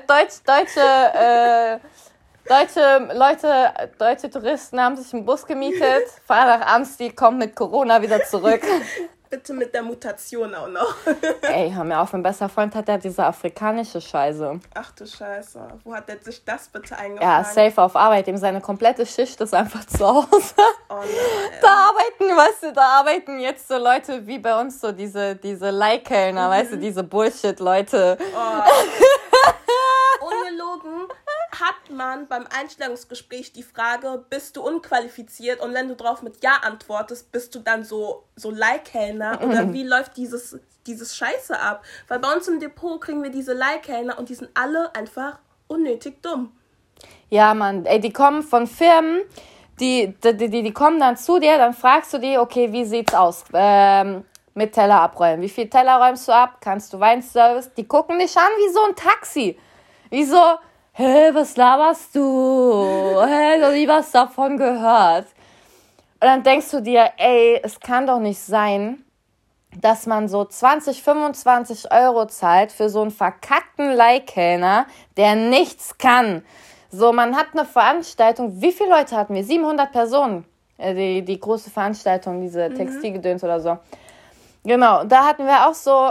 deutsche Touristen haben sich einen Bus gemietet, fahren nach Amsti, kommen mit Corona wieder zurück. Bitte mit der Mutation auch noch. Ey, hör mir auf, mein bester Freund hat ja diese afrikanische Scheiße. Ach du Scheiße, wo hat der sich das bitte eingefangen? Ja, safe auf Arbeit, ihm seine komplette Schicht ist einfach zu Hause. Oh nein. Da arbeiten jetzt so Leute wie bei uns, so diese Leihkellner, weißt du, diese Bullshit-Leute. Oh. Ungelogen hat man beim Einstellungsgespräch die Frage, bist du unqualifiziert? Und wenn du drauf mit Ja antwortest, bist du dann so Leihkellner? Oder wie läuft dieses Scheiße ab? Weil bei uns im Depot kriegen wir diese Leihkellner und die sind alle einfach unnötig dumm. Ja, Mann, ey, die kommen von Firmen, die kommen dann zu dir, dann fragst du die, okay, wie sieht's aus? Mit Teller abrollen. Wie viel Teller räumst du ab? Kannst du Weinservice? Die gucken dich an wie so ein Taxi. Wie so, hä, was laberst du? Hä, noch nie was davon gehört. Und dann denkst du dir, ey, es kann doch nicht sein, dass man so 20, 25 Euro zahlt für so einen verkackten Leihkellner, der nichts kann. So, man hat eine Veranstaltung, wie viele Leute hatten wir? 700 Personen, die große Veranstaltung, diese Textilgedöns oder so. Genau, da hatten wir auch so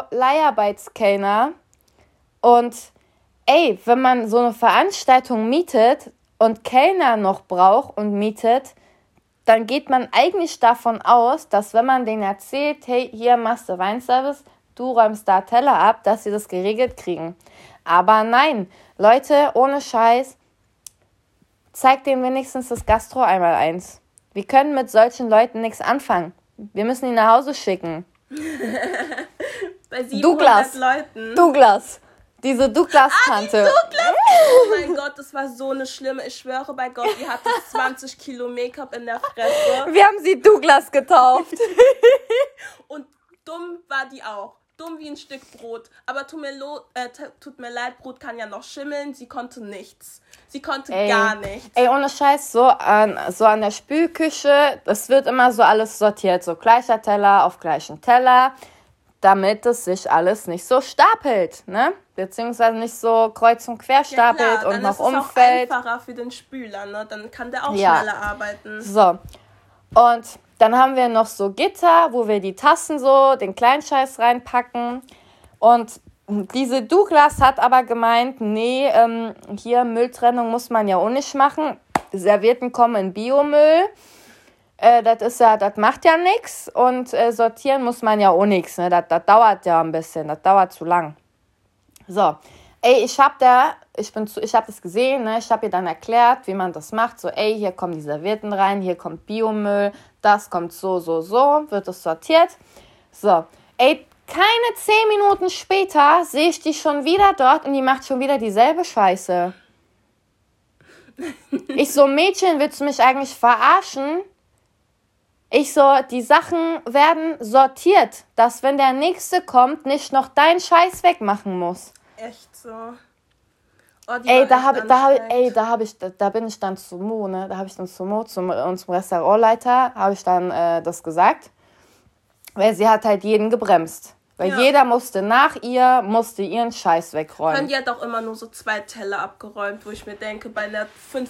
Leiharbeitskellner und ey, wenn man so eine Veranstaltung mietet und Kellner noch braucht und mietet, dann geht man eigentlich davon aus, dass wenn man denen erzählt, hey, hier machst du Weinservice, du räumst da Teller ab, dass sie das geregelt kriegen. Aber nein, Leute, ohne Scheiß, zeigt denen wenigstens das Gastro einmal eins. Wir können mit solchen Leuten nichts anfangen. Wir müssen ihn nach Hause schicken. Bei 700 Leuten. Douglas. Diese Douglas-Tante. Douglas. Oh mein Gott, das war so eine schlimme. Ich schwöre bei Gott, die hatte 20 Kilo Make-up in der Fresse. Wir haben sie Douglas getauft. Und dumm war die auch. Dumm wie ein Stück Brot. Aber tut mir leid, Brot kann ja noch schimmeln. Sie konnte nichts. Sie konnte gar nichts. Ey, ohne Scheiß, so an der Spülküche, das wird immer so alles sortiert. So gleicher Teller auf gleichen Teller, damit es sich alles nicht so stapelt, ne? Beziehungsweise nicht so kreuz und quer stapelt und noch umfällt. Dann ist es auch einfacher für den Spüler, ne? Dann kann der auch schneller arbeiten. So, und dann haben wir noch so Gitter, wo wir die Tassen so, den Kleinscheiß reinpacken. Und diese Douglas hat aber gemeint, nee, hier Mülltrennung muss man ja auch nicht machen. Servietten kommen in Biomüll. Das macht ja nichts. Und sortieren muss man ja auch nichts. Ne? Das dauert ja ein bisschen, das dauert zu lang. So, ey, ich hab das gesehen, ne? Ich habe ihr dann erklärt, wie man das macht. So, ey, hier kommen die Servietten rein, hier kommt Biomüll, das kommt so, wird es sortiert. So, ey, keine 10 Minuten später sehe ich die schon wieder dort und die macht schon wieder dieselbe Scheiße. Ich so, Mädchen, willst du mich eigentlich verarschen? Ich so, die Sachen werden sortiert, dass wenn der Nächste kommt, nicht noch deinen Scheiß wegmachen muss. Echt so. Oh, ey, da bin ich dann zu Mo, ne? Da habe ich dann zu Mo, zum Restaurantleiter, habe ich dann das gesagt. Weil sie hat halt jeden gebremst. Weil jeder musste ihren Scheiß wegräumen. Die hat auch immer nur so 2 Teller abgeräumt, wo ich mir denke, bei einer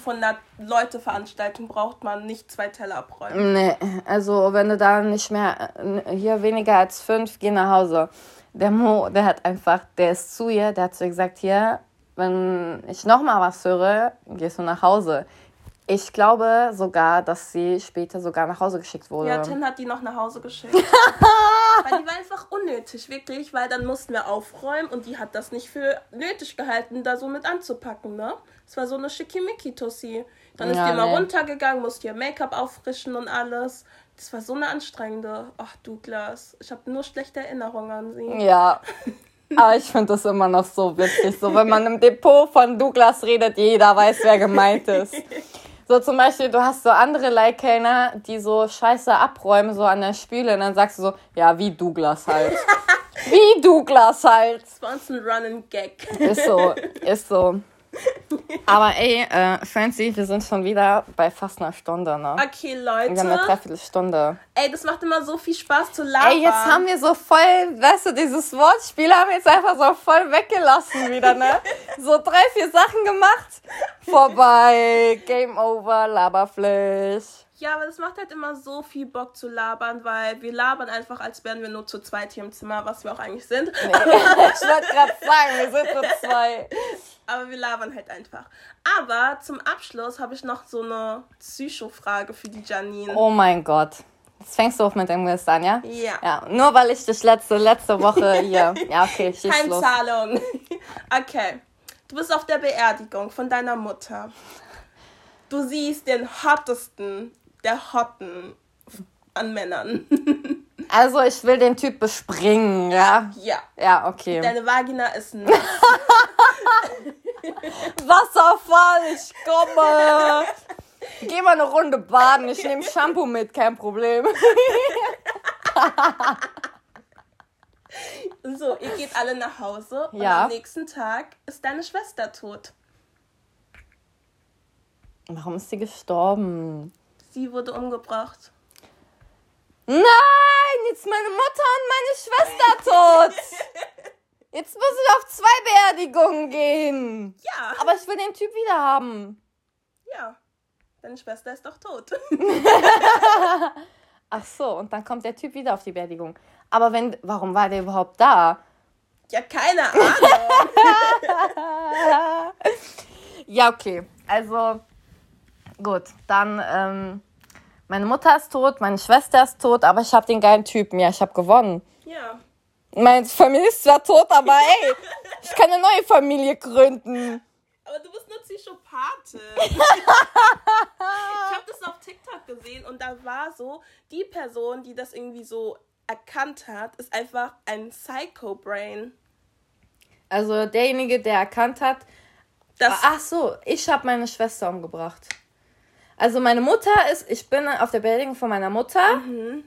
500-Leute-Veranstaltung braucht man nicht 2 Teller abräumen. Nee, also wenn du da nicht mehr, hier weniger als 5, geh nach Hause. Der Mo, der ist zu ihr, der hat zu ihr gesagt, hier, wenn ich nochmal was höre, gehst du nach Hause. Ich glaube sogar, dass sie später sogar nach Hause geschickt wurde. Ja, Tim hat die noch nach Hause geschickt. Weil die war einfach unnötig, wirklich. Weil dann mussten wir aufräumen und die hat das nicht für nötig gehalten, da so mit anzupacken, ne? Es war so eine Schickimicki-Tussi. Dann ist die immer runtergegangen, musste ihr Make-up auffrischen und alles. Das war so eine anstrengende... Ach, Douglas, ich habe nur schlechte Erinnerungen an sie. Ja, aber ich finde das immer noch so witzig. So, wenn man im Depot von Douglas redet, jeder weiß, wer gemeint ist. So zum Beispiel, du hast so andere Leihkellner, die so Scheiße abräumen, so an der Spüle. Und dann sagst du so, ja, wie Douglas halt. Wie Douglas halt. Das war uns ein Running Gag. Ist so. Aber ey, Francie, wir sind schon wieder bei fast einer Stunde, ne? Okay, Leute. Wir haben eine Dreiviertelstunde. Ey, das macht immer so viel Spaß zu labern. Ey, jetzt haben wir so voll, weißt du, dieses Wortspiel haben wir jetzt einfach so voll weggelassen wieder, ne? So 3, 4 Sachen gemacht. Vorbei, Game over, Laberfleisch. Ja, aber das macht halt immer so viel Bock zu labern, weil wir labern einfach, als wären wir nur zu zweit hier im Zimmer, was wir auch eigentlich sind. Nee. Ich wollte gerade sagen, wir sind nur 2. Aber wir labern halt einfach. Aber zum Abschluss habe ich noch so eine Psycho-Frage für die Janine. Oh mein Gott. Jetzt fängst du auf mit irgendwas an, ja? Ja. Nur weil ich dich letzte Woche hier... Ja, okay, schieß los. Heimzahlung. Okay. Du bist auf der Beerdigung von deiner Mutter. Du siehst den hottesten der Hotten an Männern. Also ich will den Typ bespringen, ja? Ja. Ja, okay. Deine Vagina ist nass. Wasserfall, ich komme. Geh mal eine Runde baden, ich nehme Shampoo mit, kein Problem. So, ihr geht alle nach Hause und ja. Am nächsten Tag ist deine Schwester tot. Warum ist sie gestorben? Sie wurde umgebracht. Nein, jetzt meine Mutter und meine Schwester tot. Jetzt muss ich auf 2 Beerdigungen gehen. Ja. Aber ich will den Typ wieder haben. Ja, deine Schwester ist doch tot. Ach so, und dann kommt der Typ wieder auf die Beerdigung. Aber warum war der überhaupt da? Ja, keine Ahnung. Ja, okay. Also, Gut, dann, meine Mutter ist tot, meine Schwester ist tot, aber ich habe den geilen Typen. Ja, ich habe gewonnen. Ja. Meine Familie ist zwar tot, aber ey, ich kann eine neue Familie gründen. Aber du bist eine Psychopathin. Ich habe das auf TikTok gesehen und da war so, die Person, die das irgendwie so erkannt hat, ist einfach ein Psycho-Brain. Also derjenige, der erkannt hat, ach so, ich habe meine Schwester umgebracht. Also meine Mutter ich bin auf der Beerdigung von meiner Mutter,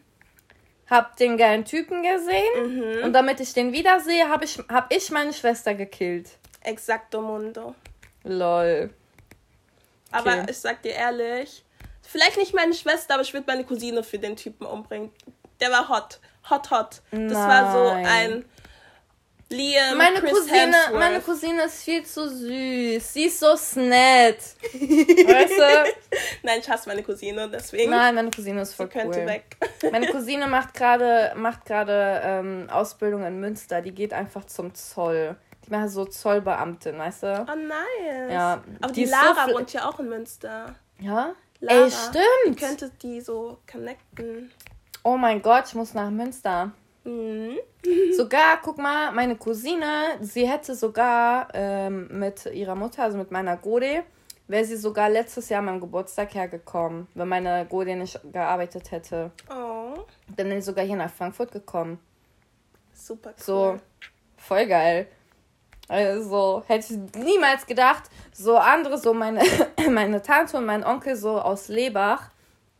hab den geilen Typen gesehen und damit ich den wiedersehe, hab ich meine Schwester gekillt. Exacto mundo. Lol. Aber okay. Ich sag dir ehrlich, vielleicht nicht meine Schwester, aber ich würde meine Cousine für den Typen umbringen. Der war hot. Hot. Das Nein. war so ein Liam, Meine Cousine ist viel zu süß. Sie ist so nett. Weißt du? Nein, ich hasse meine Cousine, deswegen. Nein, meine Cousine ist voll cool. Sie könnte weg. Meine Cousine macht gerade Ausbildung in Münster. Die geht einfach zum Zoll. Die macht so Zollbeamtin, weißt du? Oh, nice. Ja. Aber die Lara wohnt ja auch in Münster. Ja? Lara, ey, stimmt. Ihr könntet die so connecten. Oh mein Gott, ich muss nach Münster. Sogar, guck mal, meine Cousine, sie hätte sogar mit ihrer Mutter, also mit meiner Gode, wäre sie sogar letztes Jahr an meinem Geburtstag hergekommen, wenn meine Gode nicht gearbeitet hätte. Oh. Dann ist sie sogar hier nach Frankfurt gekommen. Super cool. So, voll geil. Also, hätte ich niemals gedacht, so andere, so meine Tante und mein Onkel so aus Lebach.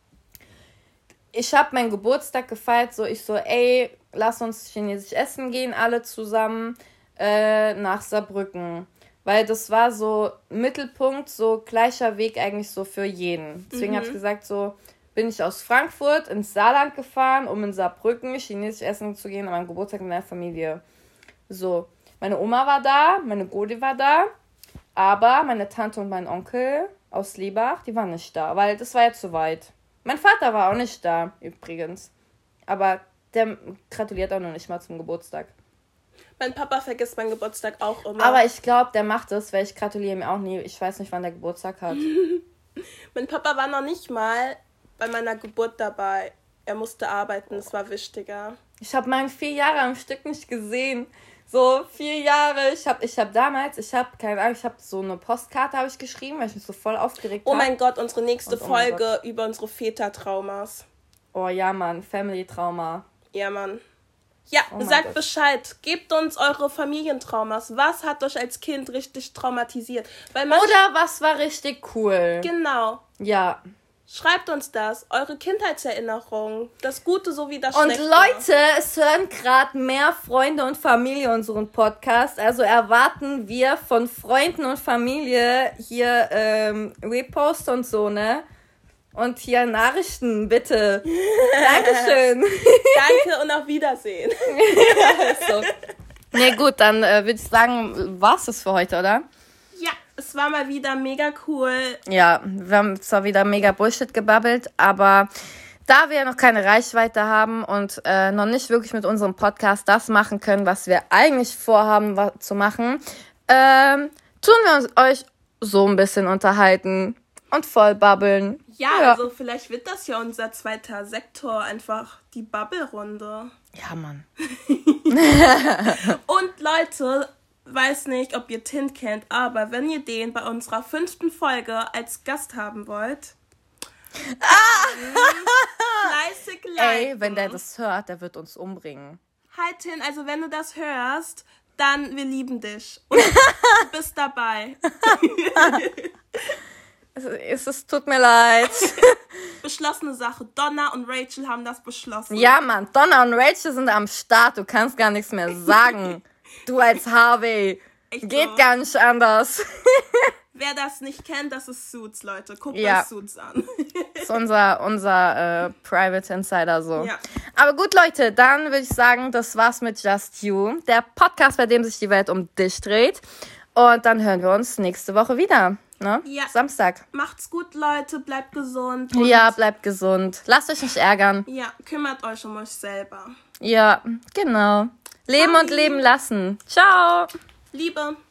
Ich habe meinen Geburtstag gefeiert, ey, lass uns chinesisch essen gehen, alle zusammen nach Saarbrücken. Weil das war so Mittelpunkt, so gleicher Weg eigentlich so für jeden. Deswegen habe ich gesagt, so bin ich aus Frankfurt ins Saarland gefahren, um in Saarbrücken chinesisch essen zu gehen an meinem Geburtstag mit meiner Familie. So, meine Oma war da, meine Godi war da, aber meine Tante und mein Onkel aus Lebach, die waren nicht da, weil das war ja zu weit. Mein Vater war auch nicht da, übrigens. Aber der gratuliert auch noch nicht mal zum Geburtstag. Mein Papa vergisst meinen Geburtstag auch immer. Aber ich glaube, der macht das, weil ich gratuliere ihm auch nie. Ich weiß nicht, wann der Geburtstag hat. Mein Papa war noch nicht mal bei meiner Geburt dabei. Er musste arbeiten, das war wichtiger. Ich habe meinen 4 Jahre am Stück nicht gesehen. So 4 Jahre. Ich habe keine Ahnung, ich habe so eine Postkarte habe ich geschrieben, weil ich mich so voll aufgeregt habe. Oh mein Gott, unsere nächste Folge über unsere Vätertraumas. Oh ja, Mann, Family-Trauma. Ja, Mann. Ja, sagt Bescheid. Gebt uns eure Familientraumas. Was hat euch als Kind richtig traumatisiert? Oder was war richtig cool? Genau. Ja. Schreibt uns das, eure Kindheitserinnerungen, das Gute sowie das Schlechte. Und Leute, es hören gerade mehr Freunde und Familie unseren Podcast, also erwarten wir von Freunden und Familie hier Repost und so, ne? Und hier Nachrichten, bitte. Dankeschön. Danke und auf Wiedersehen. So. Ne, gut, dann würde ich sagen, war's das für heute, oder? Ja, es war mal wieder mega cool. Ja, wir haben zwar wieder mega Bullshit gebabbelt, aber da wir ja noch keine Reichweite haben und noch nicht wirklich mit unserem Podcast das machen können, was wir eigentlich vorhaben zu machen, tun wir euch so ein bisschen unterhalten und voll babbeln. Ja, also vielleicht wird das ja unser zweiter Sektor, einfach die Bubble-Runde. Ja, Mann. Und Leute, weiß nicht, ob ihr Tint kennt, aber wenn ihr den bei unserer 5. Folge als Gast haben wollt, fleißig liken. Ey, wenn der das hört, der wird uns umbringen. Hi Tin, also wenn du das hörst, dann wir lieben dich. Und du bist dabei. Es tut mir leid. Beschlossene Sache. Donna und Rachel haben das beschlossen. Ja, Mann, Donna und Rachel sind am Start. Du kannst gar nichts mehr sagen. Du als Harvey. Echt Geht so? gar nicht anders. Wer das nicht kennt, das ist Suits, Leute. Guckt euch Suits an. Das ist unser Private Insider so. Ja. Aber gut, Leute, dann würde ich sagen, das war's mit Just You. Der Podcast, bei dem sich die Welt um dich dreht. Und dann hören wir uns nächste Woche wieder. Ne? Ja. Samstag. Macht's gut, Leute. Bleibt gesund. Ja, bleibt gesund. Lasst euch nicht ärgern. Ja, kümmert euch um euch selber. Ja, genau. Leben und leben lassen. Ciao. Liebe.